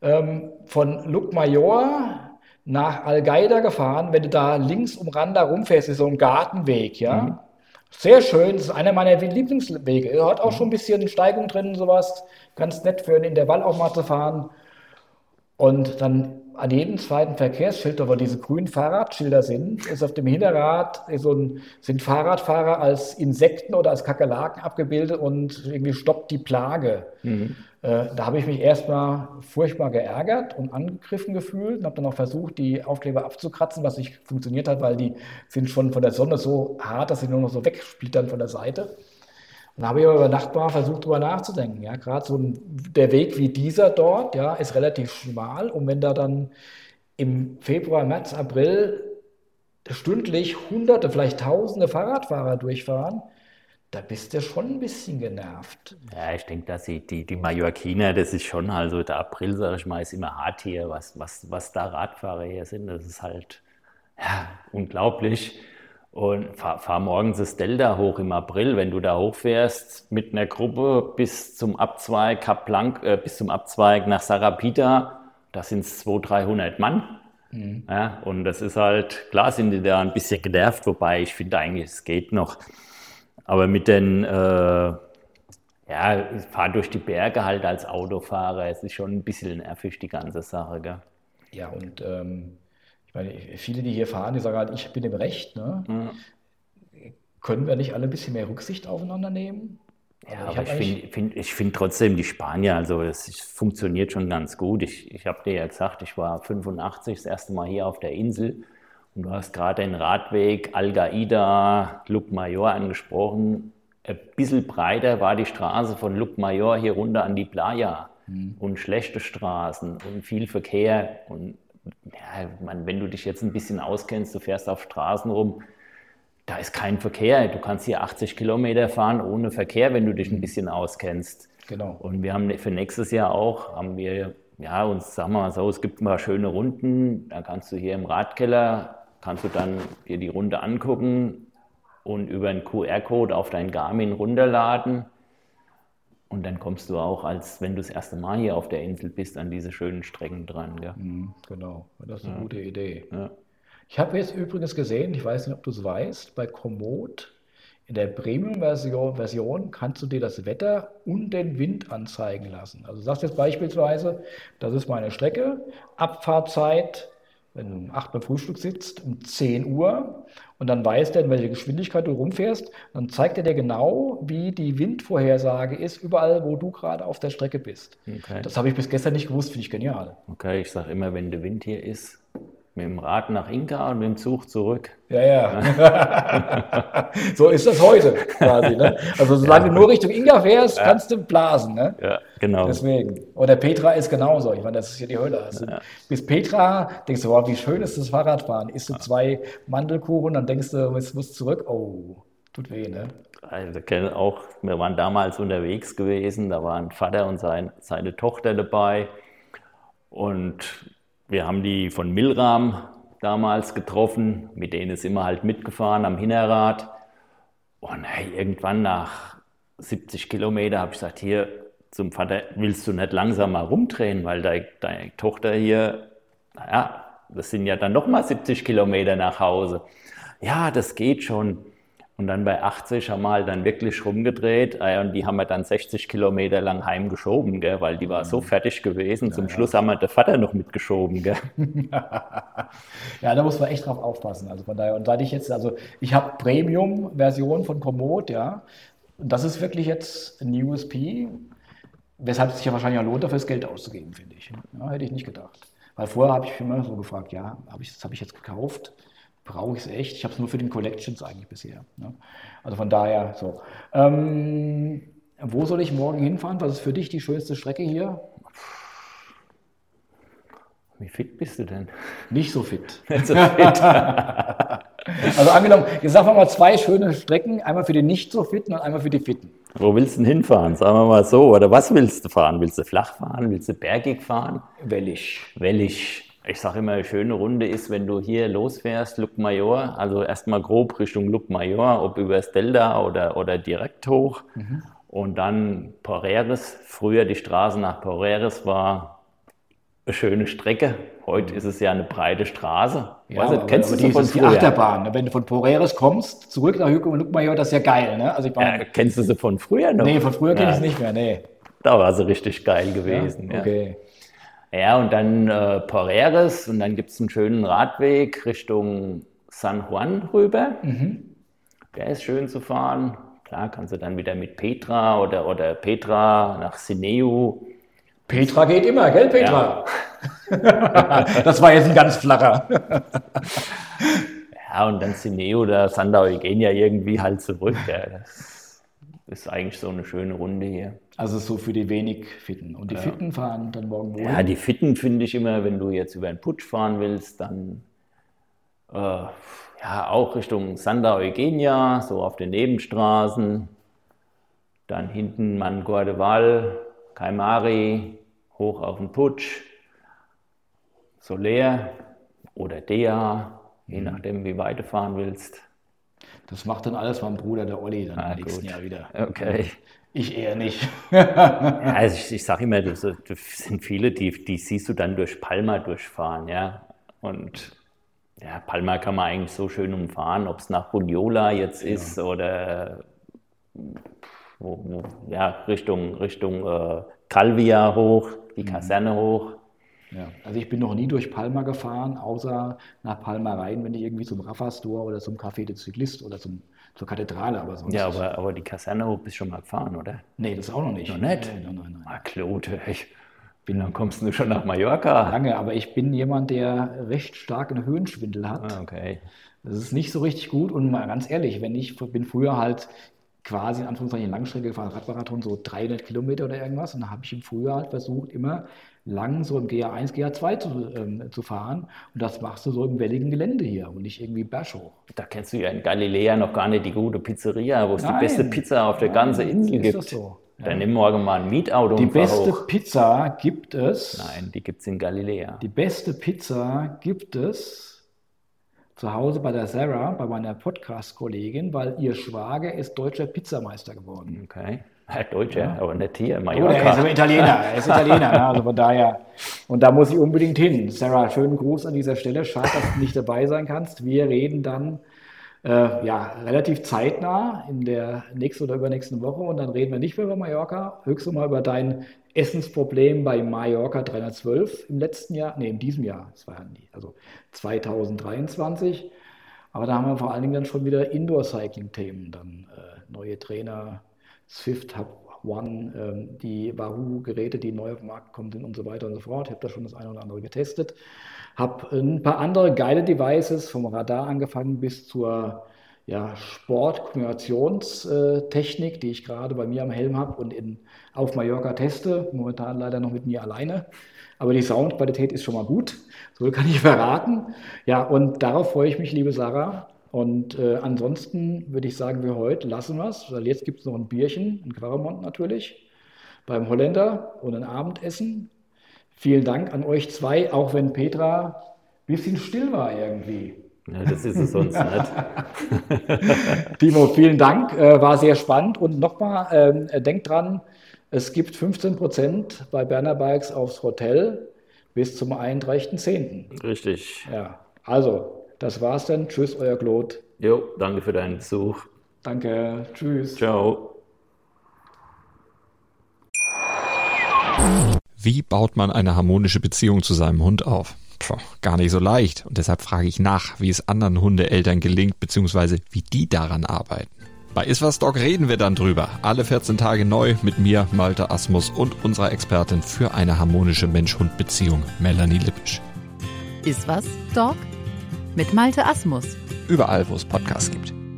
von Llucmajor nach Algaida gefahren. Wenn du da links um Randa rumfährst, ist so ein Gartenweg, ja. Sehr schön, das ist einer meiner Lieblingswege. Er hat auch schon ein bisschen Steigung drin und sowas. Ganz nett für ein Intervall auch mal zu fahren. Und dann an jedem zweiten Verkehrsschild, wo diese grünen Fahrradschilder sind, ist auf dem Hinterrad sind Fahrradfahrer als Insekten oder als Kakerlaken abgebildet und irgendwie stoppt die Plage. Da habe ich mich erstmal furchtbar geärgert und angegriffen gefühlt und habe dann auch versucht, die Aufkleber abzukratzen, was nicht funktioniert hat, weil die sind schon von der Sonne so hart, dass sie nur noch so wegsplittern von der Seite. Dann habe ich aber über Nacht mal versucht, darüber nachzudenken. Ja, gerade der Weg wie dieser dort, ja, ist relativ schmal. Und wenn da dann im Februar, März, April stündlich Hunderte, vielleicht Tausende Fahrradfahrer durchfahren, da bist du schon ein bisschen genervt. Ja, ich denke, dass die Mallorquiner, das ist schon, also der April, sage ich mal, ist immer hart hier, was da Radfahrer hier sind. Das ist halt ja, unglaublich. Und fahr morgens das Delta hoch im April, wenn du da hochfährst mit einer Gruppe bis zum Abzweig Kap Blanc, bis zum Abzweig nach Sarapita, da sind es 200, 300 Mann. Ja, und das ist halt, klar sind die da ein bisschen genervt, wobei ich finde eigentlich, es geht noch. Aber mit ja, ich fahre durch die Berge halt als Autofahrer, es ist schon ein bisschen nervig, die ganze Sache, gell? Ja, und ich meine, viele, die hier fahren, die sagen halt, ich bin im Recht. Ne? Können wir nicht alle ein bisschen mehr Rücksicht aufeinander nehmen? Also Ja, ich aber habe eigentlich, ich find trotzdem die Spanier, also funktioniert schon ganz gut. Ich habe dir ja gesagt, ich war 85 das erste Mal hier auf der Insel und du hast gerade den Radweg Algaida, Llucmajor angesprochen. Ein bisschen breiter war die Straße von Llucmajor hier runter an die Playa und schlechte Straßen und viel Verkehr. Und ja, man, wenn du dich jetzt ein bisschen auskennst, du fährst auf Straßen rum, da ist kein Verkehr. Du kannst hier 80 Kilometer fahren ohne Verkehr, wenn du dich ein bisschen auskennst. genau. Und wir haben für nächstes Jahr auch, haben wir, ja, uns, sagen wir mal so, es gibt ein paar schöne Runden. Da kannst du hier im Radkeller, kannst du dann dir die Runde angucken und über einen QR-Code auf dein Garmin runterladen. Und dann kommst du auch, als wenn du das erste Mal hier auf der Insel bist, an diese schönen Strecken dran. Gell? Genau, das ist eine gute Idee. Ja. Ich habe jetzt übrigens gesehen, ich weiß nicht, ob du es weißt, bei Komoot in der Premium-Version kannst du dir das Wetter und den Wind anzeigen lassen. Also du sagst jetzt beispielsweise, das ist meine Strecke, Abfahrtzeit, wenn du um 8 beim Frühstück sitzt, um 10 Uhr und dann weiß der, in welcher Geschwindigkeit du rumfährst, dann zeigt er dir genau, wie die Windvorhersage ist, überall, wo du gerade auf der Strecke bist. Okay. Das habe ich bis gestern nicht gewusst, finde ich genial. Okay, ich sage immer, wenn der Wind hier ist, mit dem Rad nach Inka und mit dem Zug zurück. Ja. So ist das heute quasi. Ne? Also solange du nur Richtung Inga fährst, kannst du blasen. Ne? Ja, genau. Deswegen. Oder Petra ist genauso. Ich meine, das ist hier die Hölle. Also, bis Petra denkst du, wow, wie schön ist das Fahrradfahren. Isst du 2 Mandelkuchen, dann denkst du, jetzt musst du zurück. Oh, tut weh, ne? Also auch, wir waren damals unterwegs gewesen, da waren Vater und seine Tochter dabei und wir haben die von Milram damals getroffen, mit denen ist immer halt mitgefahren am Hinterrad. Und hey, irgendwann nach 70 Kilometer habe ich gesagt, hier zum Vater, willst du nicht langsam mal rumdrehen, weil deine Tochter hier, naja, das sind ja dann nochmal 70 Kilometer nach Hause. Ja, das geht schon. Und dann bei 80 haben wir halt dann wirklich rumgedreht und die haben wir dann 60 Kilometer lang heimgeschoben, gell, weil die war so fertig gewesen. Zum Schluss haben wir den Vater noch mitgeschoben. Gell. Ja, da muss man echt drauf aufpassen. Also von daher, und seit ich jetzt, also ich habe Premium-Version von Komoot, ja, und das ist wirklich jetzt ein USP, weshalb es sich ja wahrscheinlich auch lohnt, dafür das Geld auszugeben, finde ich. Ja, hätte ich nicht gedacht. Weil vorher habe ich mich immer so gefragt, ja, das habe ich jetzt gekauft? Brauche ich es echt? Ich habe es nur für den Collections eigentlich bisher. Ne? Also von daher so. Wo soll ich morgen hinfahren? Was ist für dich die schönste Strecke hier? Wie fit bist du denn? Nicht so fit. Nicht so fit. Also angenommen, jetzt sagen wir mal 2 schöne Strecken, einmal für die nicht so Fitten und einmal für die Fitten. Wo willst du denn hinfahren? Sagen wir mal so. Oder was willst du fahren? Willst du flach fahren? Willst du bergig fahren? Wellig. Wellig. Ich sage immer, eine schöne Runde ist, wenn du hier losfährst, Llucmajor, also erstmal grob Richtung Llucmajor, ob über das Delta oder direkt hoch. Und dann Porreres. Früher die Straße nach Porreres war eine schöne Strecke. Heute ist es ja eine breite Straße. Ja, Weißt du, kennst du die, von die früher? Achterbahn. Wenn du von Porreres kommst, zurück nach Llucmajor, das ist ja geil. Ne? Also ich Ja, meine, kennst du sie von früher noch? nee, von früher kenne ich es nicht mehr. Nee. Da war sie richtig geil gewesen. Ja. Okay. Ja, und dann Porreres und dann gibt es einen schönen Radweg Richtung San Juan rüber. Der ist schön zu fahren. Klar, kannst du dann wieder mit Petra oder Petra nach Sineu. Petra geht immer, gell, Petra? Ja. Das war jetzt ein ganz flacher. Ja, und dann Sineu oder Santa Eugenia irgendwie halt zurück. Ja. Das ist eigentlich so eine schöne Runde hier. Also so für die wenig Fitten. Und die Fitten fahren dann morgen wohin? Ja, die Fitten finde ich immer, wenn du jetzt über den Putsch fahren willst, dann ja, auch Richtung Santa Eugenia, so auf den Nebenstraßen. Dann hinten Manguardeval, Caimari, hoch auf den Putsch, Soler oder Dea, je nachdem, wie weit du fahren willst. Das macht dann alles mein Bruder, der Olli, dann im nächsten Jahr wieder. Okay. Ich eher nicht. Ja, also ich sage immer, das sind viele, die siehst du dann durch Palma durchfahren, ja. Und ja, Palma kann man eigentlich so schön umfahren, ob es nach Bunyola jetzt ist oder ja, Richtung Calvia hoch, die Kaserne hoch. Ja, also ich bin noch nie durch Palma gefahren, außer nach Palma rein, wenn ich irgendwie zum Rafa-Store oder zum Café de Cyclist oder zur Kathedrale, aber sonst. Ja, aber die Kaserne hoch bist du schon mal gefahren, oder? Nee, das auch noch nicht. Noch nicht? Nein. Ah, Klote, dann kommst du schon nach Mallorca. Lange, aber ich bin jemand, der recht starken Höhenschwindel hat. Ah, okay. Das ist nicht so richtig gut und mal ganz ehrlich, bin früher halt quasi in Anführungszeichen Langstrecke gefahren, Radmarathon, so 300 Kilometer oder irgendwas. Und da habe ich im Frühjahr halt versucht, immer lang so im GA1, GA2 zu fahren. Und das machst du so im welligen Gelände hier und nicht irgendwie berghoch. Da kennst du ja in Galiläa noch gar nicht die gute Pizzeria, wo es die Nein. beste Pizza auf der ganzen Insel Ist gibt. das so? Ja. Dann nimm morgen mal ein Mietauto Die und fahr beste hoch. Pizza gibt es. Nein, die gibt es in Galiläa. Die beste Pizza gibt es zu Hause bei der Sarah, bei meiner Podcast-Kollegin, weil ihr Schwager ist deutscher Pizzameister geworden. Okay. Ja, Deutscher, aber nicht hier, in Oh, er ist Mallorca. aber Italiener, ne? Also von daher. Und da muss ich unbedingt hin. Sarah, schönen Gruß an dieser Stelle. Schade, dass du nicht dabei sein kannst. Wir reden dann relativ zeitnah in der nächsten oder übernächsten Woche und dann reden wir nicht mehr über Mallorca, höchstens mal über dein Essensproblem bei Mallorca 312 in diesem Jahr, das war ja nie, also 2023. Aber da haben wir vor allen Dingen dann schon wieder Indoor-Cycling-Themen, dann neue Trainer, Swift Hub One, die Wahoo-Geräte, die neu auf den Markt kommen sind und so weiter und so fort. Ich habe da schon das eine oder andere getestet. Habe ein paar andere geile Devices, vom Radar angefangen bis zur Sport-Kombinationstechnik, die ich gerade bei mir am Helm habe und auf Mallorca teste. Momentan leider noch mit mir alleine. Aber die Soundqualität ist schon mal gut. So kann ich verraten. Ja, und darauf freue ich mich, liebe Sarah. Und ansonsten würde ich sagen, für heute lassen wir es, weil jetzt gibt es noch ein Bierchen, in Quaremont natürlich, beim Holländer und ein Abendessen. Vielen Dank an euch zwei, auch wenn Petra ein bisschen still war irgendwie. Ja, das ist es sonst nicht. Timo, vielen Dank, war sehr spannend. Und nochmal, denkt dran, es gibt 15% bei Berner Bikes aufs Hotel bis zum 31.10. Richtig. Ja, also, das war's dann. Tschüss, euer Claude. Jo, danke für deinen Besuch. Danke, tschüss. Ciao. Wie baut man eine harmonische Beziehung zu seinem Hund auf? Gar nicht so leicht. Und deshalb frage ich nach, wie es anderen Hundeeltern gelingt, beziehungsweise wie die daran arbeiten. Bei Iswas Dog reden wir dann drüber. Alle 14 Tage neu mit mir, Malte Asmus und unserer Expertin für eine harmonische Mensch-Hund-Beziehung, Melanie Lippisch. Iswas Dog mit Malte Asmus. Überall, wo es Podcasts gibt.